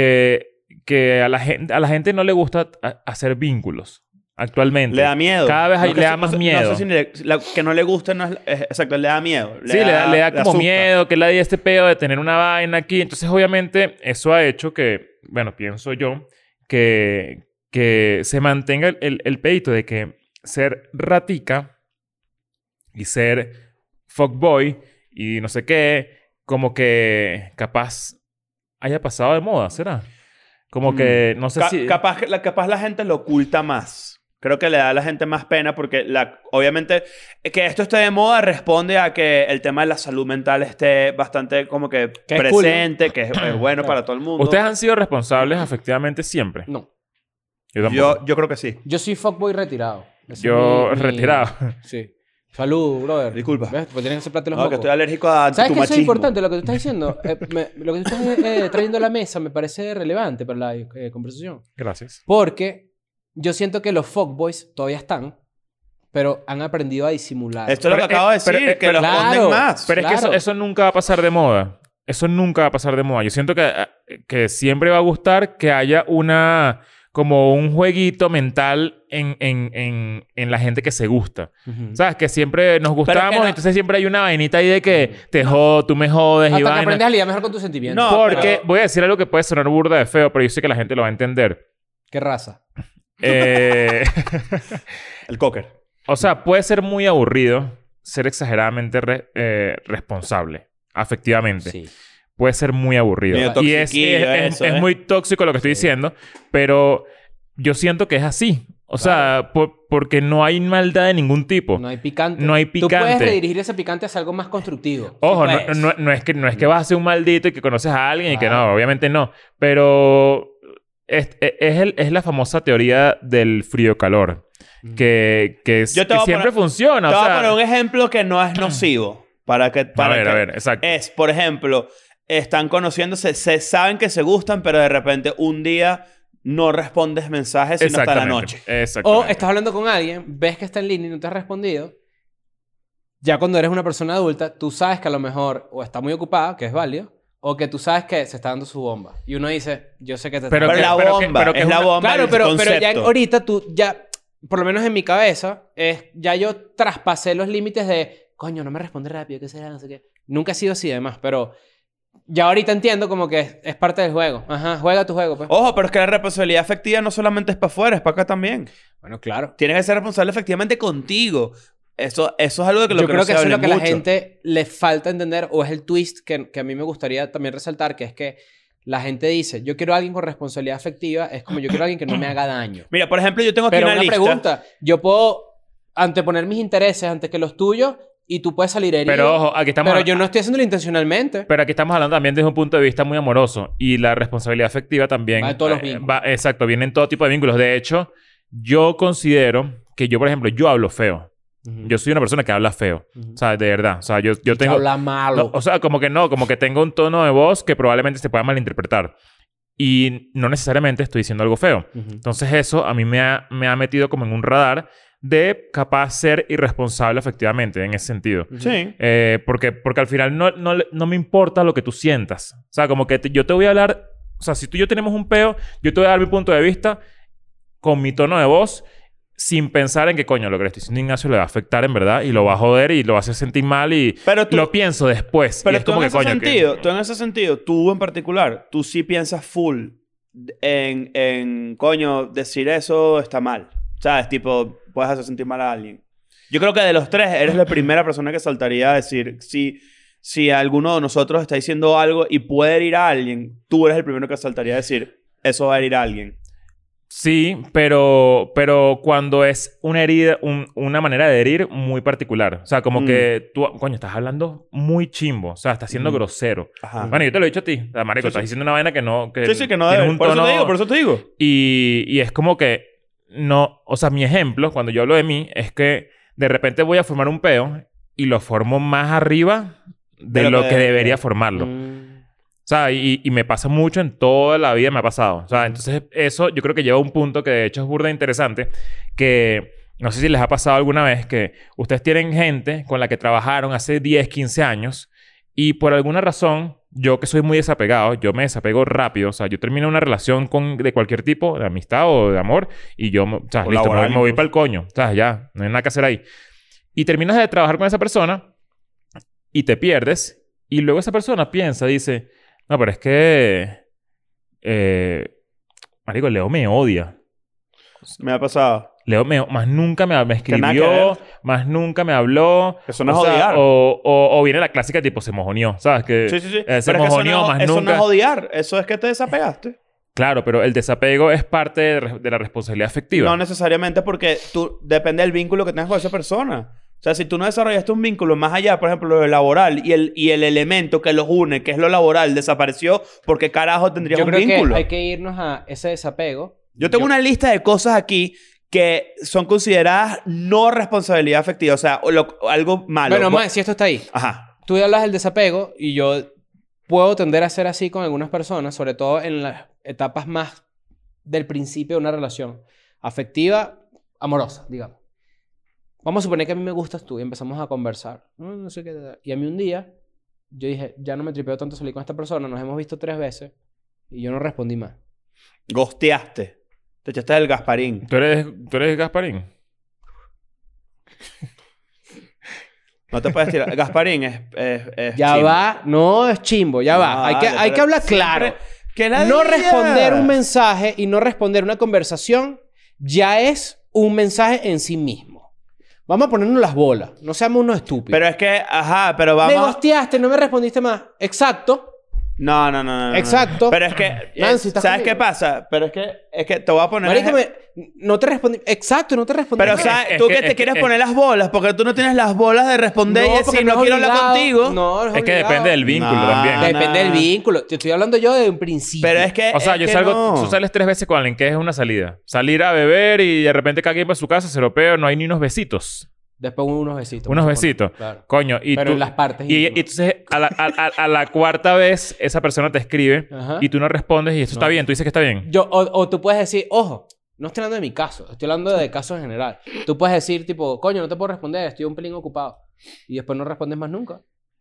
que a la gente no le gusta hacer vínculos actualmente. le da miedo. Cada vez le da más miedo. No sé si que no le gusta no exacto, le da miedo. Sí, le da como asusta. miedo, que le da este pedo de tener una vaina aquí. Entonces, obviamente, eso ha hecho que, bueno, pienso yo, que se mantenga el pedito de que ser ratica y ser fuckboy y no sé qué, como que capaz haya pasado de moda, ¿será? Como que, no sé si... Capaz la gente lo oculta más. Creo que le da a la gente más pena porque obviamente que esto esté de moda responde a que el tema de la salud mental esté bastante como que Que es cool, presente, que es bueno para todo el mundo. ¿Ustedes han sido responsables afectivamente siempre? No. Yo tampoco. Yo creo que sí. Yo soy fuckboy retirado. Ese Yo es mi- retirado. Sí. Salud, brother. Disculpa. ¿Ves? Pues tienes que separarte los No, que mocos. estoy alérgico a ¿Sabes tu qué? Eso es machismo. importante. Lo que tú estás diciendo, lo que tú estás trayendo a la mesa me parece relevante para la conversación. Gracias. Porque yo siento que los fuckboys todavía están, pero han aprendido a disimular. Esto es lo que Pero, acabo de decir, pero, que lo claro. esconden más. Pero es que Claro. eso nunca va a pasar de moda. Eso nunca va a pasar de moda. Yo siento que siempre va a gustar que haya una como un jueguito mental en la gente que se gusta. Ujú. ¿Sabes? Que siempre nos gustamos, no- entonces siempre hay una vainita ahí de que te jodo, tú me jodes y Hasta que vaina. aprendes a lidiar mejor con tus sentimientos. No, Porque pero- voy a decir algo que puede sonar burda de feo, pero yo sé que la gente lo va a entender. ¿Qué raza? Eh, El cocker. o sea, puede ser muy aburrido ser exageradamente responsable, afectivamente. Sí. Puede ser muy aburrido. Medio Y es toxiquillo eso, ¿eh? muy tóxico lo que estoy diciendo, pero yo siento que es así. O sea, porque no hay maldad de ningún tipo. No hay picante. No hay Tú puedes picante. redirigir ese picante hacia algo más constructivo. Ojo, Sí no, puedes. no es que vas a ser un maldito y que conoces a alguien y que Claro. no, obviamente no. Pero es la famosa teoría del frío-calor. Que Yo te voy a siempre poner- funciona. Te o voy sea, a poner un ejemplo que no es nocivo. Para que... a ver, exacto. Es, por ejemplo, están conociéndose, se saben que se gustan, pero de repente un día no respondes mensajes sino hasta la noche. Exactamente. O estás hablando con alguien, ves que está en línea y no te ha respondido. Ya cuando eres una persona adulta, tú sabes que a lo mejor o está muy ocupada, que es válido, o que tú sabes que se está dando su bomba. Y uno dice, yo sé que te Pero Pero que- la pero que- bomba, pero que es es la una- bomba Claro, del pero ya concepto. ahorita tú ya, por lo menos en mi cabeza, ya yo traspasé los límites de, coño, no me responde rápido, ¿qué será? No sé qué. Nunca ha sido así, además, pero ya ahorita entiendo como que es parte del juego. Ajá, juega tu juego, pues. Ojo, pero es que la responsabilidad afectiva no solamente es para afuera, es para acá también. Bueno, claro. Tienes que ser responsable efectivamente contigo. Eso es algo de que lo Yo que creo no que se eso es lo hable que a la mucho. gente le falta entender, o es el twist que a mí me gustaría también resaltar, que es que la gente dice, yo quiero a alguien con responsabilidad afectiva, es como yo quiero a alguien que no me haga daño. Mira, por ejemplo, yo tengo aquí Pero una una lista. pregunta, yo puedo anteponer mis intereses antes que los tuyos y tú puedes salir herido. Pero ojo, aquí estamos... Pero yo no estoy haciéndolo intencionalmente. Pero aquí estamos hablando también desde un punto de vista muy amoroso. Y la responsabilidad afectiva también... Va de todos los vínculos. Exacto, viene en todo tipo de vínculos. De hecho, yo considero que yo, por ejemplo, yo hablo feo. Yo soy una persona que habla feo. O sea, de verdad. O sea, yo tengo... Habla malo. No, o sea, como que tengo un tono de voz que probablemente se pueda malinterpretar. Y no necesariamente estoy diciendo algo feo. Ujú. Entonces eso a mí me ha metido como en un radar de capaz ser irresponsable efectivamente en ese sentido. Sí. Porque al final no me importa lo que tú sientas. O sea, como que yo te voy a hablar... O sea, si tú y yo tenemos un peo, yo te voy a dar mi punto de vista con mi tono de voz sin pensar en que, coño, lo que le estoy diciendo a Ignacio le va a afectar en verdad y lo va a joder y lo va a hacer sentir mal y Pero tú- lo pienso después. Y Pero es tú como en que, ese coño, sentido, tú en ese sentido, tú en particular, tú sí piensas full en coño, decir eso está mal. ¿Sabes? Tipo, puedes hacer sentir mal a alguien. Yo creo que de los tres, eres la primera persona que saltaría a decir, si alguno de nosotros está diciendo algo y puede herir a alguien, tú eres el primero que saltaría a decir, eso va a herir a alguien. Sí, pero cuando es una herida, una manera de herir muy particular. O sea, como que tú, coño, estás hablando muy chimbo. O sea, estás siendo grosero. Ajá. Bueno, yo te lo he dicho a ti. O sea, marico, Sí, estás sí. diciendo una vaina que no... Sí, que no tienes debe. un Por eso tono- te digo, por eso te digo. Y es como que no... O sea, mi ejemplo, cuando yo hablo de mí, es que de repente voy a formar un peo y lo formo más arriba de lo que debería formarlo. O sea, y me pasa mucho en toda la vida me ha pasado. O sea, entonces eso yo creo que lleva a un punto que de hecho es burda interesante. Que no sé si les ha pasado alguna vez que ustedes tienen gente con la que trabajaron hace 10, 15 años y por alguna razón, yo que soy muy desapegado, yo me desapego rápido. O sea, yo termino una relación de cualquier tipo, de amistad o de amor y yo, o sea, O listo, laboral me voy incluso. para el coño. O sea, ya, no hay nada que hacer ahí. Y terminas de trabajar con esa persona y te pierdes y luego esa persona piensa, dice... No, pero es que... marico, Leo me odia. Me ha pasado. Leo más nunca me nada que escribió, ver. más nunca me habló. Eso no es O sea, odiar. o viene la clásica tipo se mojoneó, ¿sabes? Que, Sí, sí, sí. se Pero es que eso mojoneó no, más eso nunca. no es odiar. Eso es que te desapegaste. Claro, pero el desapego es parte de la responsabilidad afectiva. No necesariamente porque tú... Depende del vínculo que tengas con esa persona. O sea, si tú no desarrollaste un vínculo más allá, por ejemplo, lo laboral y el elemento que los une, que es lo laboral, desapareció, ¿por qué carajo tendrías Yo un creo vínculo? que hay que irnos a ese desapego. Yo tengo una lista de cosas aquí que son consideradas no responsabilidad afectiva. O sea, algo malo. Bueno, más, si esto está ahí. Ajá. Tú hablas del desapego y yo puedo tender a ser así con algunas personas, sobre todo en las etapas más del principio de una relación afectiva, amorosa, digamos. Vamos a suponer que a mí me gustas tú y empezamos a conversar. No sé qué. Y a mí un día, yo dije, ya no me tripeo tanto salir con esta persona, nos hemos visto 3 veces y yo no respondí más. Gosteaste. Te echaste el Gasparín. ¿Tú eres Gasparín? No te puedes tirar. Gasparín es Ya chimbo. va. No, es chimbo. Ya va. No, Hay que vale, hablar pero claro. siempre- ¡Que la No diga! responder un mensaje y no responder una conversación ya es un mensaje en sí mismo. Vamos a ponernos las bolas. No seamos unos estúpidos. Pero es que, ajá, pero Me vamos... gosteaste, no me respondiste más. Exacto. No. Exacto. Pero es que, Nancy, ¿estás ¿sabes conmigo? qué pasa? Pero es que te voy a poner... Marico, no te respondí. Exacto, no te respondí. Pero, más. ¿sabes? es Tú que- que te es quieres que- poner las bolas porque tú no tienes las bolas de responder y porque decir, no es quiero hablar obligado. contigo. No, es Es que obligado. depende del vínculo No. también. Depende del vínculo. Te estoy hablando yo de un principio. Pero es que... O sea, es yo que salgo... no. Tú sales 3 veces con alguien que es una salida. Salir a beber y de repente cada quien va a su casa, se lo peo, no hay ni unos besitos. Después unos besitos. Unos por supuesto. besitos. Claro. Coño, y Pero tú... en las partes Y íntimas. entonces a la cuarta vez esa persona te escribe Ajá. y tú no respondes y eso No. está bien. Tú dices que está bien. O tú puedes decir, ojo, no estoy hablando de mi caso, estoy hablando de casos en general. Tú puedes decir, tipo, coño, no te puedo responder, estoy un pelín ocupado. Y después no respondes más nunca.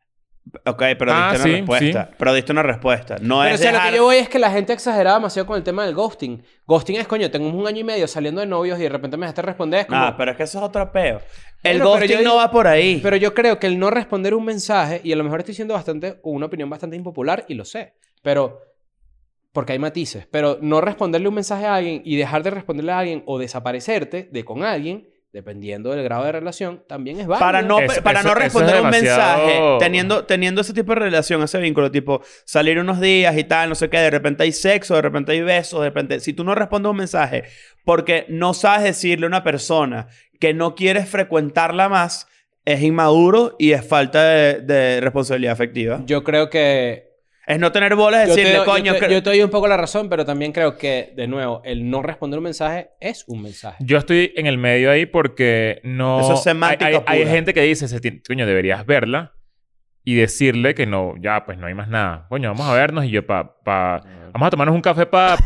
Ok, pero Ah, diste una sí, respuesta. sí. Pero diste una respuesta. No Pero o es sea, dejar... lo que yo voy es que la gente exagera demasiado con el tema del ghosting. Ghosting es, coño, tengo 1 año y medio saliendo de novios y de repente me dejaste responder. Es como... No, pero es que eso es otro peo. El Bueno, pero ghosting yo no digo- va por ahí. Pero yo creo que el no responder un mensaje, y a lo mejor estoy siendo bastante, con una opinión bastante impopular, y lo sé, pero, porque hay matices, pero no responderle un mensaje a alguien y dejar de responderle a alguien o desaparecerte de con alguien, dependiendo del grado de relación, también es válido. Para no, Eso- para eso- no eso es responder un demasiado- mensaje, teniendo ese tipo de relación, ese vínculo, tipo salir unos días y tal, no sé qué, de repente hay sexo, de repente hay besos, de repente... Si tú no respondes un mensaje porque no sabes decirle a una persona que no quieres frecuentarla más, es inmaduro y es falta de responsabilidad afectiva. Yo creo que... Es no tener bolas de Yo te, decirle, doy- coño... yo te doy un poco la razón, pero también creo que, de nuevo, el no responder un mensaje es un mensaje. Yo estoy en el medio ahí porque no... Eso es semántica hay pura. gente que dice, coño, deberías verla y decirle que no, ya, pues no hay más nada. Coño, vamos a vernos y yo vamos a tomarnos un café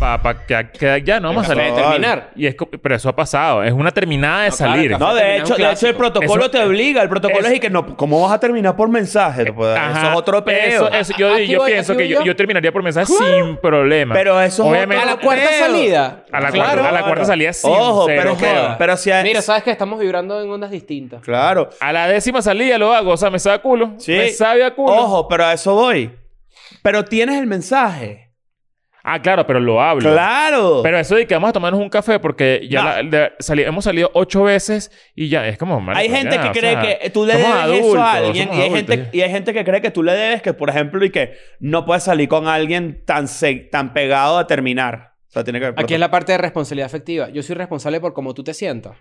que ya no vamos a Café de salir. terminar. Y pero eso ha pasado. Es una terminada de No, claro, salir. café. No, de terminar hecho, un el clásico. protocolo Eso- te obliga. El protocolo eso- es y que no... ¿Cómo vas a terminar por mensaje? Pues, Ajá. eso es otro peo. Yo Aquí pienso voy que yo. yo terminaría por mensaje sin problema. Pero eso es Obviamente, otro A la cuarta peo. salida. A la Claro. cuarta salida sí. Ojo, cero pero, peo. pero si hay... Mira, sabes que estamos vibrando en ondas distintas. Claro. A la 10ª salida lo hago. O sea, me sabe a culo. Sí. Me sabe a culo. Ojo, pero a eso voy. Pero tienes el mensaje. Ah, claro, pero lo hablo. ¡Claro! Pero eso de que vamos a tomarnos un café porque ya No. hemos salido 8 veces y ya es como... marico, hay gente ya, que o cree sea, que tú le somos debes eso adultos, a alguien. somos Y hay, adultos, gente, y hay gente que cree que tú le debes que, por ejemplo, y que no puedes salir con alguien tan pegado a terminar. O sea, tiene que haber Aquí es la parte de responsabilidad afectiva. Yo soy responsable por cómo tú te sientas.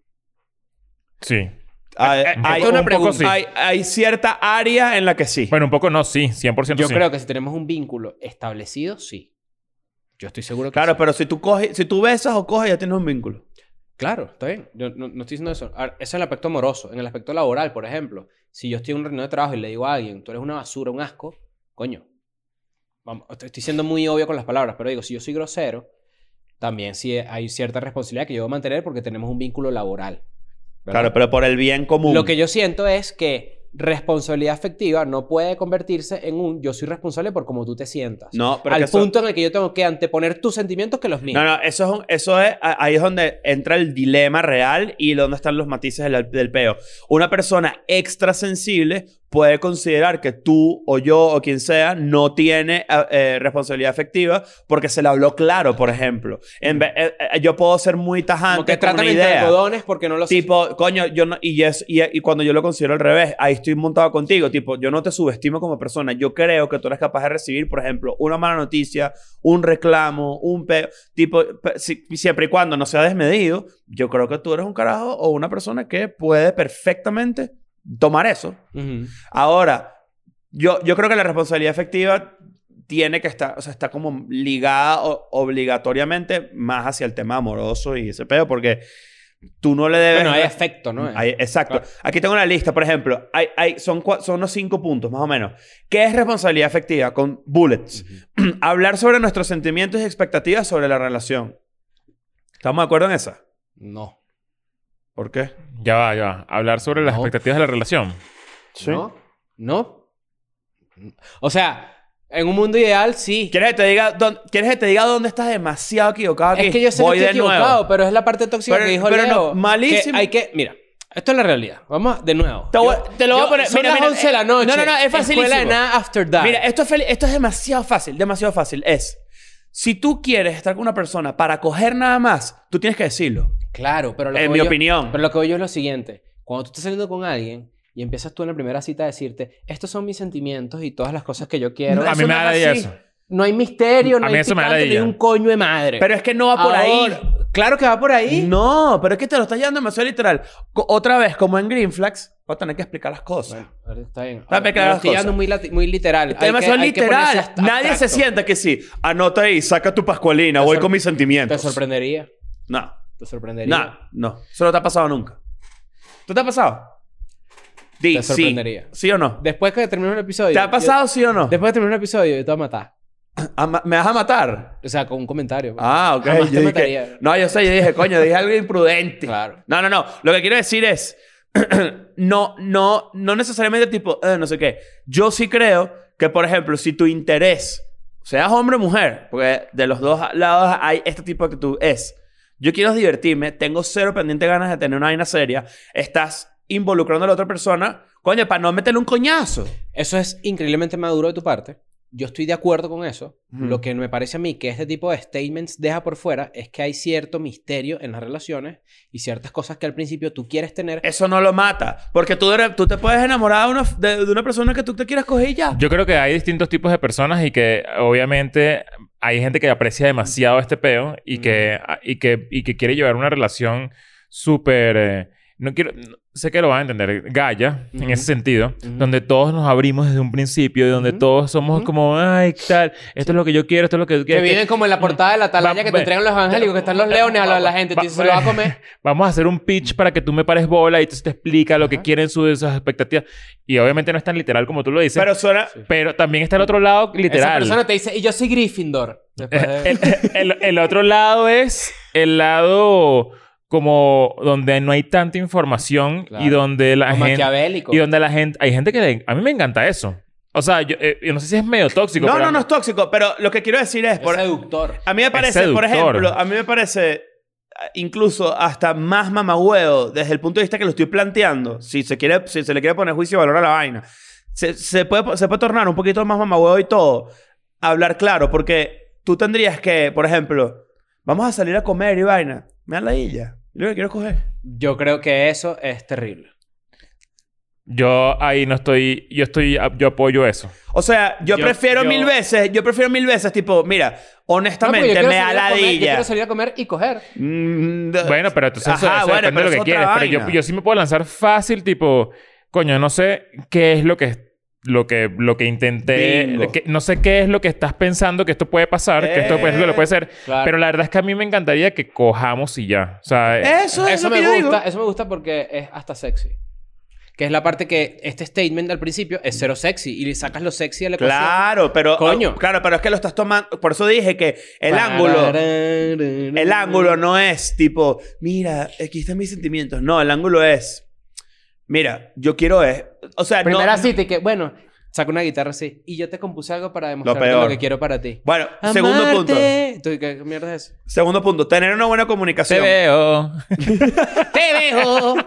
Sí. Hay, Esto hay es una un poco- pregunta. Sí. hay cierta área en la que sí. Bueno, un poco no, sí. 100% Yo sí. creo que si tenemos un vínculo establecido, sí. Yo estoy seguro que Claro, sí. pero si tú besas o coges, ya tienes un vínculo. Claro, está bien. Yo no estoy diciendo eso. Ahora, eso es el aspecto amoroso. En el aspecto laboral, por ejemplo, si yo estoy en una reunión de trabajo y le digo a alguien, tú eres una basura, un asco, coño. Vamos, estoy siendo muy obvio con las palabras, pero digo, si yo soy grosero, también sí hay cierta responsabilidad que yo debo mantener porque tenemos un vínculo laboral. ¿verdad? Claro, pero por el bien común. Lo que yo siento es que responsabilidad afectiva no puede convertirse en un yo soy responsable por cómo tú te sientas. No, pero Al que eso- punto en el que yo tengo que anteponer tus sentimientos que los míos. No, eso es, ahí es donde entra el dilema real y donde están los matices del peo. Una persona extra sensible puede considerar que tú o yo o quien sea no tiene responsabilidad afectiva porque se le habló claro, por ejemplo. Yo puedo ser muy Como tajante que con tratan una entre idea. algodones porque no los... Tipo, coño, yo no, y cuando yo lo considero al revés, ahí estoy montado contigo. Tipo, yo no te subestimo como persona. Yo creo que tú eres capaz de recibir, por ejemplo, una mala noticia, un reclamo, tipo, siempre y cuando no sea desmedido, yo creo que tú eres un carajo o una persona que puede perfectamente tomar eso. Ujú. Ahora, yo creo que la responsabilidad efectiva tiene que estar, o sea, está como ligada obligatoriamente más hacia el tema amoroso y ese pedo, porque tú no le debes... Bueno, hay afecto, ¿no? Exacto. Claro. Aquí tengo una lista, por ejemplo. Son unos 5 puntos, más o menos. ¿Qué es responsabilidad afectiva? Con bullets. Hablar sobre nuestros sentimientos y expectativas sobre la relación. ¿Estamos de acuerdo en esa? No. ¿Por qué? Ya va. Hablar sobre las No. expectativas de la relación. Sí. ¿No? ¿No? O sea, En un mundo ideal, sí. ¿Quieres que te diga dónde estás demasiado equivocado aquí? Es que yo sé Voy que estoy de nuevo. equivocado, pero es la parte tóxica Pero- que dijo pero no, Leo. malísimo. Mira, esto es la realidad. Vamos de nuevo. Te lo voy a poner. Son las 11 de la noche. No, es facilísimo. Escuela de nada after that. Mira, esto es demasiado fácil, demasiado fácil. Si tú quieres estar con una persona para coger nada más, tú tienes que decirlo. Claro, pero lo que En voy mi yo- opinión. Pero lo que voy yo es lo siguiente. Cuando tú estás saliendo con alguien y empiezas tú en la primera cita a decirte, estos son mis sentimientos y todas las cosas que yo quiero. No, A mí eso me no da es la idea así. eso. No hay misterio, no A mí hay eso me da picante, no hay ladilla. un coño de madre. Pero es que no va por ahí. Ahora, claro que va por ahí. No, pero es que te lo estás llevando demasiado literal. Otra vez, como en Green Flags, voy a tener que explicar las cosas. Bueno, está bien. Dame Me claras lo estoy cosas. llevando muy literal. Está demasiado hay que ponerse literal. hasta Nadie se abstracto. sienta que sí. Anota ahí, saca tu pascualina, voy con mis Te sentimientos. sorprendería. No, Te sorprendería. no. Eso no te ha pasado nunca. ¿Tú te ha pasado? Di, Te sorprendería. ¿Sí o no? Después que terminemos el episodio. ¿Te ha pasado sí o no? Después de terminar el episodio, yo te voy a matar. ¿Me vas a matar? O sea, con un comentario. Ah, ok. Jamás Yo te dije- mataría. No, yo sé, yo dije, coño, dije algo imprudente. Claro. No. Lo que quiero decir es... no necesariamente tipo... no sé qué. Yo sí creo que, por ejemplo, si tu interés... Seas hombre o mujer. Porque de los dos lados hay este tipo de actitud. Yo quiero divertirme. Tengo cero pendiente ganas de tener una vaina seria. Estás involucrando a la otra persona. Coño, para no meterle un coñazo. Eso es increíblemente maduro de tu parte. Yo estoy de acuerdo con eso. Ujú. Lo que me parece a mí que este tipo de statements deja por fuera es que hay cierto misterio en las relaciones y ciertas cosas que al principio tú quieres tener. Eso no lo mata. Porque tú te puedes enamorar de una persona que tú te quieras coger y ya. Yo creo que hay distintos tipos de personas y que obviamente hay gente que aprecia demasiado este peo y que quiere llevar una relación súper... sé que lo van a entender, gaya, en ese sentido, donde todos nos abrimos desde un principio y donde todos somos como, ay, tal, esto es lo que yo quiero, esto es lo que tú Que quieres. viven como en la portada de la atalaya que te entregan los evangélicos, que están los leones a la gente. Tú dices, se lo va a comer. Vamos a hacer un pitch para que tú me pares bola y entonces te explica lo que quieren sus expectativas. Y obviamente no es tan literal como tú lo dices. Pero suena... Pero también está el otro lado Esa literal. persona te dice, y yo soy Gryffindor. Después de- El otro lado es el lado como donde no hay tanta información Claro. y donde la O gente... maquiavélico. Y donde la gente... Hay gente que... A mí me encanta eso. O sea, yo no sé si es medio tóxico. pero No es tóxico. Pero lo que quiero decir es... Es seductor. A mí me parece, por seductor. ejemplo, a mí me parece incluso hasta más mamahuevo desde el punto de vista que lo estoy planteando. Si se le quiere poner juicio y valor a la vaina. Se puede tornar un poquito más mamahuevo y todo. Hablar claro. Porque tú tendrías que, por ejemplo... Vamos a salir a comer y vaina. Me dan la illa. Yo lo que quiero es coger. Yo creo que eso es terrible. Yo ahí no estoy... Yo apoyo eso. O sea, yo prefiero mil veces, tipo, mira, No, porque honestamente, yo quiero me salir da a la comer, Yo ladilla. quiero salir a comer y coger. Bueno, pero entonces eso depende de pero lo es que otra quieres. Pero vaina. yo sí me puedo lanzar fácil, tipo... Coño, no sé qué es lo que intenté... Bingo. No sé qué es lo que estás pensando que esto puede pasar. Que esto es lo que puede ser. Claro. Pero la verdad es que a mí me encantaría que cojamos y ya. O sea... Eso es Eso lo que me yo gusta. digo. Eso me gusta porque es hasta sexy. Que es la parte que este statement al principio es cero sexy. Y le sacas lo sexy a la ecuación. Claro, pero... Coño. Claro, pero es que lo estás tomando... Por eso dije que el ángulo no es tipo... Mira, aquí están mis sentimientos. No, el ángulo es... Mira, yo quiero o sea, Primera no... cita y que, bueno, saca una guitarra así. Y yo te compuse algo para demostrarte peor. lo que quiero para ti. Bueno, segundo punto. Amarte. ¿Tú qué mierda es eso? Segundo punto. Tener una buena Te comunicación. veo. ¡Te dejo!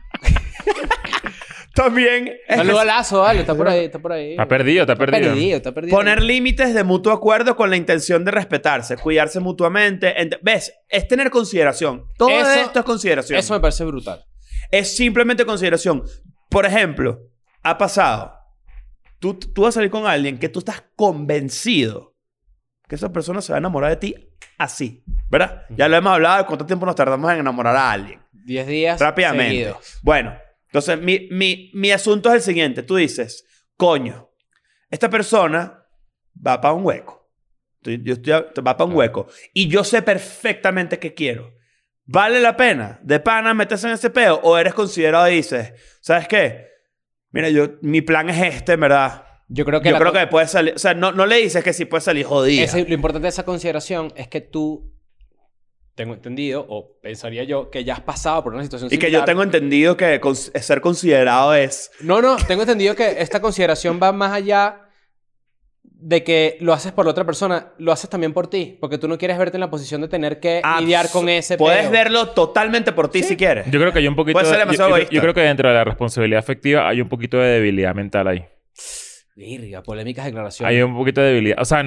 También... Saludo a Lazo, vale. Está por ahí, está por ahí. Está perdido, está perdido. Está perdido. Poner límites de mutuo acuerdo con la intención de respetarse, cuidarse mutuamente. ¿Ves? Es tener consideración. Todo Eso- esto es consideración. Eso me parece brutal. Es simplemente consideración. Por ejemplo, ha pasado. Tú vas a salir con alguien que tú estás convencido que esa persona se va a enamorar de ti así. ¿Verdad? Ya lo hemos hablado de cuánto tiempo nos tardamos en enamorar a alguien. 10 días Rápidamente. seguidos. Bueno, entonces mi asunto es el siguiente. Tú dices, coño, esta persona va para un hueco. Va para un hueco. Y yo sé perfectamente qué quiero. ¿Vale la pena de pana meterse en ese peo? ¿O eres considerado y dices, ¿sabes qué? Mira, mi plan es este, en verdad. Yo creo que Yo creo que puede salir... O sea, no le dices que sí puede salir jodida. lo importante de esa consideración es que tú, tengo entendido, o pensaría yo, que ya has pasado por una situación Y que similar. yo tengo entendido que ser considerado es... No, tengo entendido que esta consideración va más allá de que lo haces por la otra persona, lo haces también por ti. Porque tú no quieres verte en la posición de tener que lidiar con ese Puedes peo. verlo totalmente por ti si quieres. Yo creo que hay un poquito... Puede ser demasiado yo egoísta. creo que dentro de la responsabilidad afectiva hay un poquito de debilidad mental ahí. Virga, polémicas declaraciones. Hay un poquito de debilidad. O sea,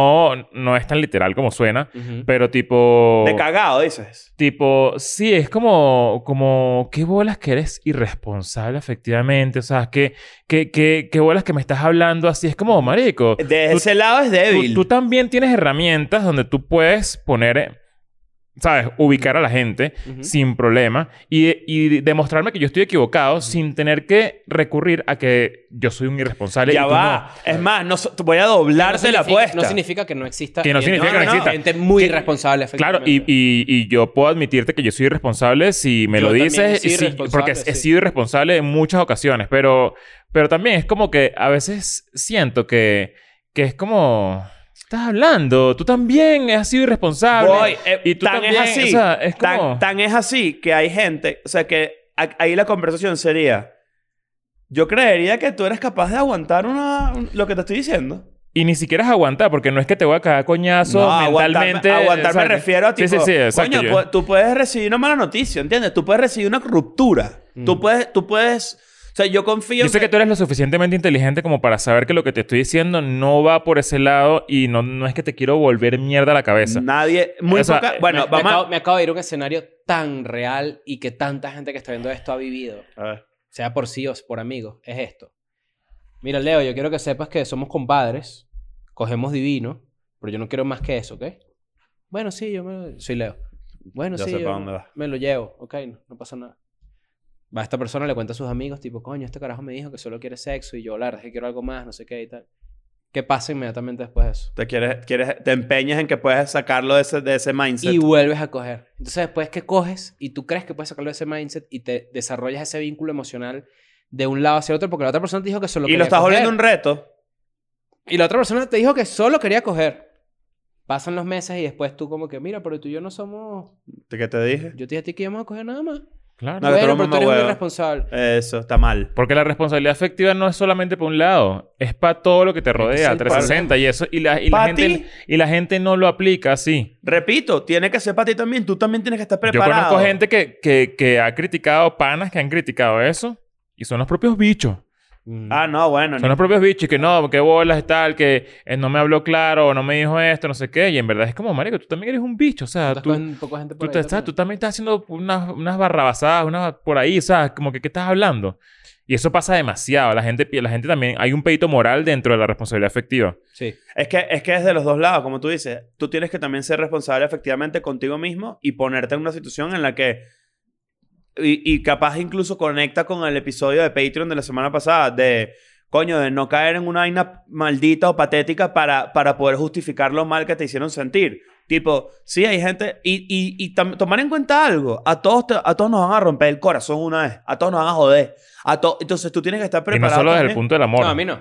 no es tan literal como suena. Ujú. Pero tipo... De cagado, dices. Tipo, sí, es como... ¿Qué bolas que eres irresponsable efectivamente? O sea, ¿qué bolas que me estás hablando así? Es como, marico... De tú- ese lado es débil. Tú también tienes herramientas donde tú puedes poner... ¿Sabes? Ubicar a la gente Ujú. sin problema y demostrarme que yo estoy equivocado sin tener que recurrir a que yo soy un irresponsable. Ya y tú va. no. Es más, voy a doblarte la apuesta. No significa que no exista. Que no significa que no exista. Gente muy Que- irresponsable, Claro, efectivamente. y yo puedo admitirte que yo soy irresponsable si me Yo lo también dices. soy y irresponsable, porque he sí. sido irresponsable en muchas ocasiones. Pero también es como que a veces siento que es como... Estás hablando. Tú también has sido irresponsable. Voy, y tú tan también... es así. O sea, es como... Tan es así que hay gente... O sea, que ahí la conversación sería... Yo creería que tú eres capaz de aguantar lo que te estoy diciendo. Y ni siquiera es aguantar, porque no es que te voy a cagar coñazo mentalmente. Aguantar me ¿sabes? refiero a tipo... Sí, exacto. Coño, tú puedes recibir una mala noticia, ¿entiendes? Tú puedes recibir una ruptura. Tú puedes... O sea, yo confío Yo sé que tú eres lo suficientemente inteligente como para saber que lo que te estoy diciendo no va por ese lado y no es que te quiero volver mierda a la cabeza. nadie... Muy O sea, poca... Bueno, me, vamos me acabo de ir a un escenario tan real y que tanta gente que está viendo esto ha vivido. a ver. Sea por sí o por amigos. Es esto. Mira, Leo, yo quiero que sepas que somos compadres. Cogemos divino. Pero yo no quiero más que eso, ¿ok? Bueno, sí, soy Leo. Bueno, Ya sí, sé yo para dónde vas. me lo llevo. Ok, no pasa nada. Va esta persona, le cuenta a sus amigos, tipo, coño, este carajo me dijo que solo quiere sexo y yo, la verdad es que quiero algo más, no sé qué y tal. ¿Qué pasa inmediatamente después de eso? Te empeñas en que puedes sacarlo de ese mindset. Y vuelves a coger. Entonces, después que coges y tú crees que puedes sacarlo de ese mindset y te desarrollas ese vínculo emocional de un lado hacia el otro, porque la otra persona te dijo que solo Y quería lo estás coger. volviendo un reto. Y la otra persona te dijo que solo quería coger. Pasan los meses y después tú como que, mira, pero tú y yo no somos... ¿De qué te dije? Yo te dije a ti que íbamos a coger nada más. Claro. No, que tú Bueno, eres pero tú eres un mamahuevo. irresponsable. Eso, está mal. Porque la responsabilidad afectiva no es solamente para un lado, es para todo lo que te rodea, el 360 y eso y la ¿Pa' gente ti? y la gente no lo aplica así. Repito, tiene que ser para ti también. Tú también tienes que estar Yo preparado. conozco gente que ha criticado panas que han criticado eso y son los propios bichos. Ah, no, bueno. Son los propios bichos y que no, que bolas y tal, que no me habló claro o no me dijo esto, no sé qué. Y en verdad es como, marico, tú también eres un bicho. O sea, Estás con un poco de gente por ahí tú también estás haciendo unas barrabasadas, por ahí, ¿sabes? Como que, ¿qué estás hablando? Y eso pasa demasiado. La gente también... Hay un pedito moral dentro de la responsabilidad afectiva. Sí. Es que es de los dos lados, como tú dices. Tú tienes que también ser responsable efectivamente contigo mismo y ponerte en una situación en la que... Y capaz incluso conecta con el episodio de Patreon de la semana pasada de... Coño, de no caer en una vaina maldita o patética para poder justificar lo mal que te hicieron sentir. Tipo, sí, hay gente... Tomar en cuenta algo. A todos nos van a romper el corazón una vez. A todos nos van a joder. Entonces tú tienes que estar Y no preparado solo desde el también. punto del amor. No, a mí no.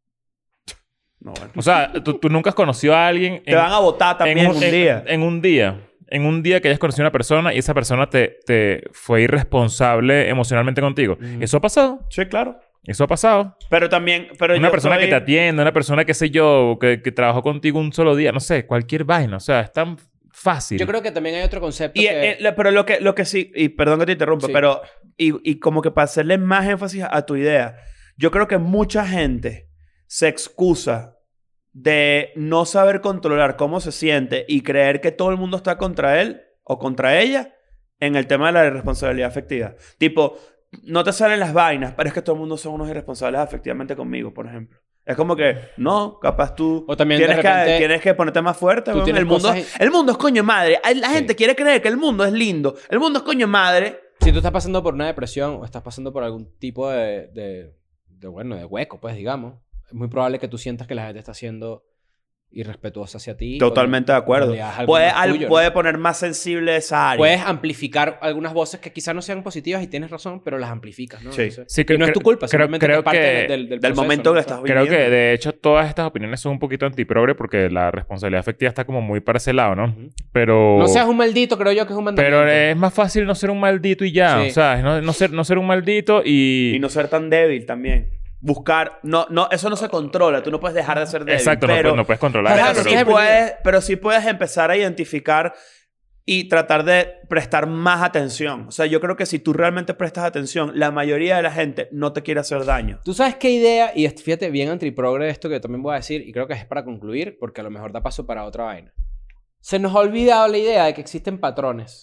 No, bueno. O sea, tú nunca has conocido a alguien... Te van a votar también un día. En un día que hayas conocido a una persona y esa persona te fue irresponsable emocionalmente contigo. ¿Eso ha pasado? Sí, claro. Eso ha pasado. Pero también... Pero Una yo persona soy- que te atiende, una persona, qué sé yo, que trabajó contigo un solo día. No sé, cualquier vaina. O sea, es tan fácil. Yo creo que también hay otro concepto Y, que... pero lo que sí... Y perdón que te interrumpa, Sí. pero... Y como que para hacerle más énfasis a tu idea. Yo creo que mucha gente se excusa de no saber controlar cómo se siente y creer que todo el mundo está contra él o contra ella en el tema de la irresponsabilidad afectiva. Tipo, no te salen las vainas, pero es que todo el mundo son unos irresponsables afectivamente conmigo, por ejemplo. Es como que, no, capaz tú O también de tienes, repente- que, tienes que ponerte más fuerte. Tú weón. tienes El mundo, cosas el mundo es coño madre. La Sí. gente quiere creer que el mundo es lindo. El mundo es coño madre. Si tú estás pasando por una depresión o estás pasando por algún tipo de hueco, pues, digamos, es muy probable que tú sientas que la gente está siendo irrespetuosa hacia ti. Totalmente de acuerdo. cuando en realidad es algo más tuyo, ¿no? Puede poner más sensible esa área. Puedes amplificar algunas voces que quizás no sean positivas y tienes razón, pero las amplificas, ¿no? Sí. Entonces, Sí, y no es tu culpa, creo simplemente que es parte que del del proceso, momento ¿no? que lo estás Creo viviendo. que, de hecho, todas estas opiniones son un poquito antiprogre porque la responsabilidad afectiva está como muy para ese lado, ¿no? Ujú. Pero... No seas un maldito, creo yo que es un mandamiento. Pero es más fácil no ser un maldito y ya. Sí. O sea, no ser un maldito Y no ser tan débil también. buscar... No, eso no se controla. Tú no puedes dejar de ser débil. Exacto, pero, no puedes controlar pero, eso. sí pero sí puedes empezar a identificar y tratar de prestar más atención. O sea, yo creo que si tú realmente prestas atención, la mayoría de la gente no te quiere hacer daño. ¿Tú sabes qué idea? Y fíjate, bien antiprogre esto que también voy a decir, y creo que es para concluir, porque a lo mejor da paso para otra vaina. Se nos ha olvidado la idea de que existen patrones.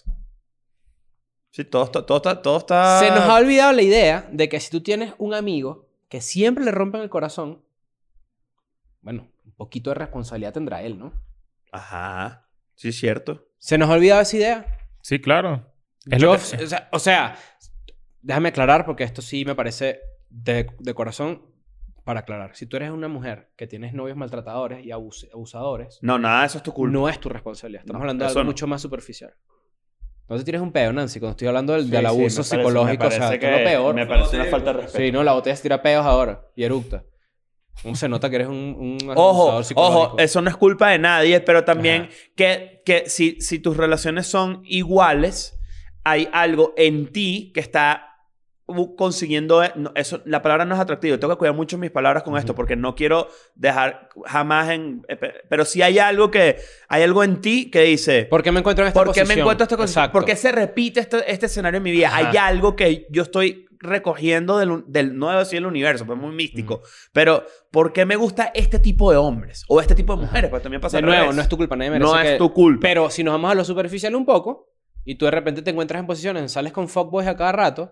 Sí, todo está... Se nos ha olvidado la idea de que si tú tienes un amigo que siempre le rompen el corazón, bueno, un poquito de responsabilidad tendrá él, ¿no? Ajá. Sí, es cierto. ¿Se nos ha olvidado esa idea? Sí, claro. Es Yo, lo que... o sea, déjame aclarar porque esto sí me parece de corazón para aclarar. Si tú eres una mujer que tienes novios maltratadores y abusadores, No, nada de eso es tu culpa. no es tu responsabilidad. Estamos No, hablando de eso algo no. mucho más superficial. Entonces tienes un peo, Nancy, cuando estoy hablando del Sí, abuso sí, me psicológico. parece O sea, que esto es lo peor. Me parece una falta de respeto. Sí, no, la botella se tira peos ahora y eructa. ¿Cómo se nota que eres un Ojo, abusador psicológico? ojo, eso no es culpa de nadie, pero también Ajá. que si tus relaciones son iguales, hay algo en ti que está consiguiendo... eso, la palabra no es atractiva. Tengo que cuidar mucho mis palabras con esto porque no quiero dejar jamás en... Pero sí hay algo en ti que dice... ¿Por qué me encuentro en esta ¿Por qué posición? me encuentro en esta posición? Exacto. ¿Por qué se repite este escenario en mi vida? Ajá. Hay algo que yo estoy recogiendo no debo decir el universo, pues es muy místico. Pero, ¿por qué me gusta este tipo de hombres? O este tipo de mujeres, pues también pasa De al nuevo, revés. no es tu culpa, nadie merece No que... es tu culpa. Pero si nos vamos a lo superficial un poco, y tú de repente te encuentras en posiciones, sales con fuckboys a cada rato,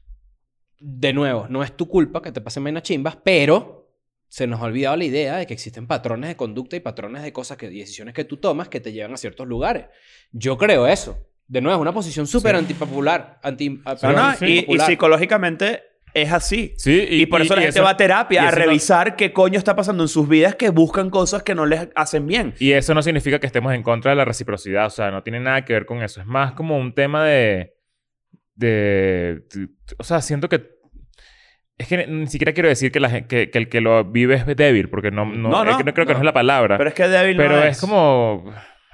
de nuevo, no es tu culpa que te pasen vainas chimbas, pero se nos ha olvidado la idea de que existen patrones de conducta y patrones de cosas y decisiones que tú tomas que te llevan a ciertos lugares. Yo creo eso. De nuevo, es una posición súper antipopular. Y Popular. psicológicamente es así. Sí, Y por eso la gente va a terapia y a eso no- revisar qué coño está pasando en sus vidas que buscan cosas que no les hacen bien. Y eso no significa que estemos en contra de la reciprocidad. O sea, no tiene nada que ver con eso. Es más como un tema o sea, siento que... Es que ni siquiera quiero decir que que el que lo vive es débil. Porque no es que no creo que no es la palabra. Pero es que débil Pero no es como...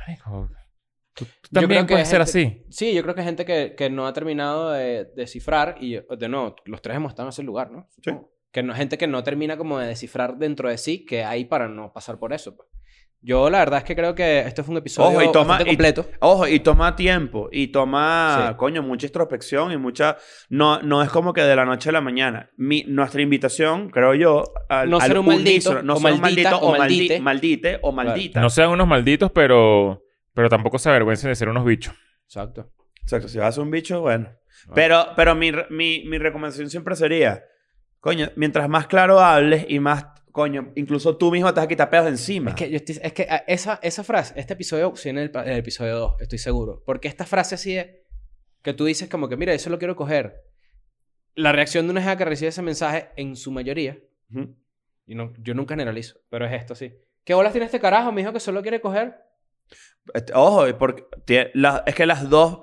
Tú Yo también creo que puedes ser gente- así. Sí, yo creo que hay gente que no ha terminado de descifrar y de nuevo, los tres hemos estado en ese lugar, ¿no? Supongo. Que no, gente que no termina como de descifrar dentro de sí qué hay para no pasar por eso. Pues. Yo la verdad es que creo que este fue un episodio Ojo, y toma- bastante completo. Ojo, y toma tiempo. Y toma, Sí. coño, mucha introspección y mucha... No es como que de la noche a la mañana. Nuestra invitación, creo yo... No ser un maldito, unísono, no o ser un maldita, maldito o o maldite. maldite o maldita. No sean unos malditos, pero tampoco se avergüencen de ser unos bichos. Exacto. Exacto. Si vas a ser un bicho, bueno. Pero mi recomendación siempre sería... Coño, mientras más claro hables y más... Coño, incluso tú mismo te vas a quitar pedos de encima. Es que esa frase, este episodio, sí, en el episodio 2, estoy seguro. Porque esta frase así de... Que tú dices como que, mira, eso lo quiero coger. La reacción de una jefa que recibe ese mensaje, en su mayoría... Ujú. Y no, yo nunca generalizo, pero es esto, sí. ¿Qué bolas tiene este carajo? Me dijo que solo quiere coger. Ojo, porque es que las dos...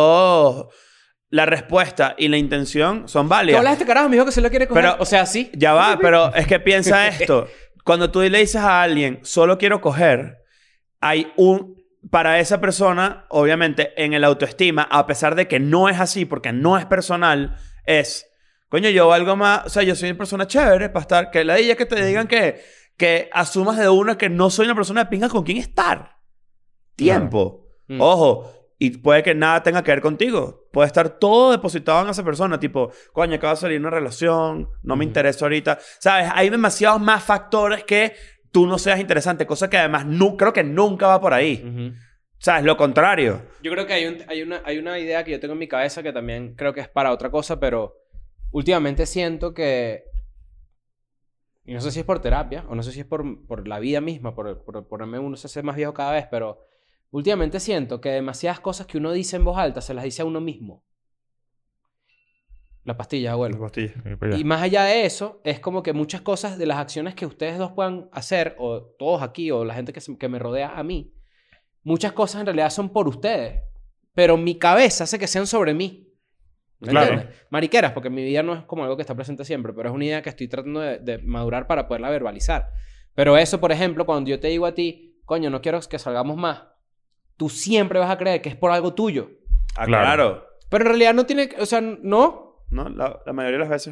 La respuesta y la intención son ¿Qué válidas. bolas este carajo? Me dijo que solo quiere coger. Pero- O sea, sí. Ya va, pero es que piensa esto. Cuando tú le dices a alguien, solo quiero coger, hay para esa persona, obviamente, en el autoestima, a pesar de que no es así, porque no es personal, es, coño, yo valgo más, o sea, yo soy una persona chévere para estar, que la idea que te digan que asumas de una que no soy una persona de pinga con quien estar. Tiempo. Mm. Ojo. Y puede que nada tenga que ver contigo. Puede estar todo depositado en esa persona. Tipo, coño, acaba de salir una relación. No me interesa ahorita. ¿Sabes? Hay demasiados más factores que tú no seas interesante. Cosa que además creo que nunca va por ahí. Ujú. ¿Sabes? Lo contrario. Yo creo que hay una idea que yo tengo en mi cabeza que también creo que es para otra cosa, pero últimamente siento que... Y no sé si es por terapia, o no sé si es por la vida misma, por ponerme uno se hace más viejo cada vez, pero... Últimamente siento que demasiadas cosas que uno dice en voz alta se las dice a uno mismo. La pastilla, abuelo. Y más allá de eso, es como que muchas cosas de las acciones que ustedes dos puedan hacer, o todos aquí, o la gente que me rodea a mí, muchas cosas en realidad son por ustedes. Pero mi cabeza hace que sean sobre mí. ¿Me Claro. entiendes? Mariqueras, porque mi vida no es como algo que está presente siempre, pero es una idea que estoy tratando de madurar para poderla verbalizar. Pero eso, por ejemplo, cuando yo te digo a ti, coño, no quiero que salgamos más, tú siempre vas a creer que es por algo tuyo. Ah, Claro. claro. Pero en realidad no tiene... O sea, no. No, la mayoría de las veces no.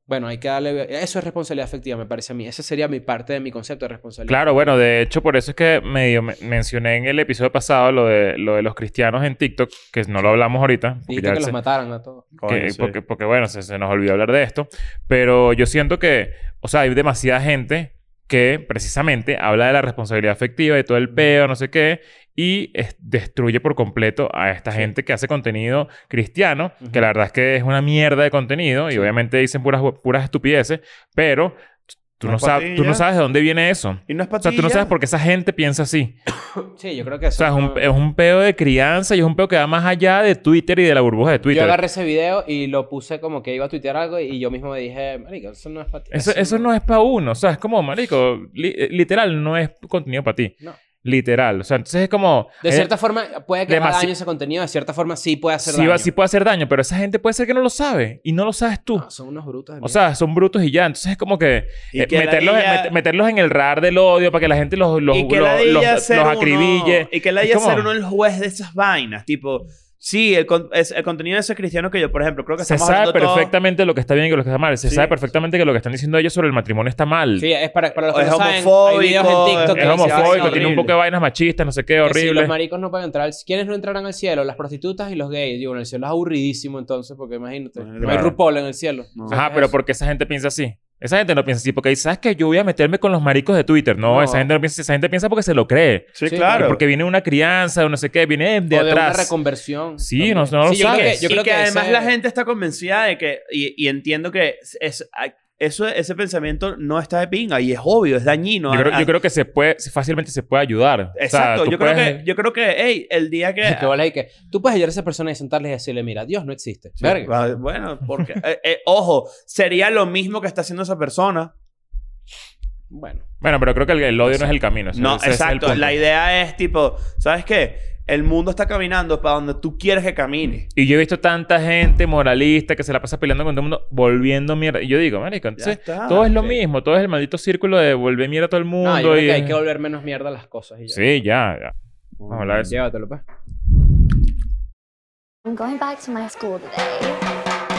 Bueno, hay que darle... Eso es responsabilidad afectiva, me parece a mí. Esa sería mi parte de mi concepto de responsabilidad. Claro, bueno, de hecho, por eso es que mencioné en el episodio pasado lo de los cristianos en TikTok, que no lo hablamos ahorita. Dijiste que los mataran a todos. Coño, sí. Porque bueno, se nos olvidó hablar de esto. Pero yo siento que, o sea, hay demasiada gente que precisamente habla de la responsabilidad afectiva y todo el peo, no sé qué, y destruye por completo a esta gente que hace contenido cristiano, que la verdad es que es una mierda de contenido y obviamente dicen puras estupideces, pero tú no sabes de dónde viene eso. Y no es O sea, tú no sabes por qué esa gente piensa así. Sí, yo creo que O eso... sea, es un peo de crianza y es un peo que va más allá de Twitter y de la burbuja de Twitter. Yo agarré ese video y lo puse como que iba a tuitear algo y yo mismo me dije, marico, eso no es para ti. Eso no es para uno. O sea, es como, marico, literal, no es contenido para ti. No. Literal. O sea, entonces es como... De cierta forma, puede que haga demasi- daño ese contenido. De cierta forma, sí puede hacer daño. Sí puede hacer daño, pero esa gente puede ser que no lo sabe. Y no lo sabes tú. No, son unos brutos. O sea, son brutos y ya. Entonces es como que... Y que meterlos en el radar del odio para que la gente los acribille. Y que la Es haya como- ser uno el juez de esas vainas. Tipo, sí, el contenido de ese cristiano que yo, por ejemplo, creo que Se estamos sabe hablando todo- perfectamente lo que está bien y lo que está mal. Se Sí. sabe perfectamente que lo que están diciendo ellos sobre el matrimonio está mal. Sí, es para los que Es no saben, hay homofóbico, videos en TikTok Es que dicen, homofóbico, "Ay, tiene un horrible. poco de vainas machistas, no sé qué, que si horrible. los maricos no pueden entrar... ¿Quiénes no entrarán al cielo? Las prostitutas y los gays. Digo, en el cielo es aburridísimo entonces, porque imagínate. Claro. No hay RuPaul en el cielo. No. Ajá, ¿Qué es pero eso? ¿por qué esa gente piensa así? Esa gente no piensa así porque dice, ¿sabes qué? Yo voy a meterme con los maricos de Twitter. No, No. esa gente no piensa, esa gente piensa porque se lo cree. Sí, Sí, claro. Y porque viene una crianza o no sé qué, viene de O de una atrás. reconversión. Sí, también. no lo Sí, yo creo sabes. que- yo y creo que que además ese- la gente está convencida de que... Y entiendo que ese pensamiento no está de pinga. Y es obvio, es dañino. Yo creo que fácilmente se puede ayudar. Exacto. O sea, tú Yo creo que, hey, el día que... Que vale, que tú puedes ayudar a esa persona y sentarle y decirle, mira, Dios no existe. Verga. Bueno, porque... ojo, sería lo mismo que está haciendo esa persona. Bueno. Bueno, pero creo que el odio no es el camino. No, Ese es el exacto. punto. La idea es tipo, ¿sabes qué? El mundo está caminando para donde tú quieres que camine. Y yo he visto tanta gente moralista que se la pasa peleando con todo el mundo, volviendo mierda. Y yo digo, marico, entonces está, todo es lo sí. mismo. Todo es el maldito círculo de volver mierda a todo el mundo. No, yo creo y... que hay que volver menos mierda a las cosas y ya. Sí, ya. Vamos a hablar de eso. Llévatelo, pues. I'm going back to my school today.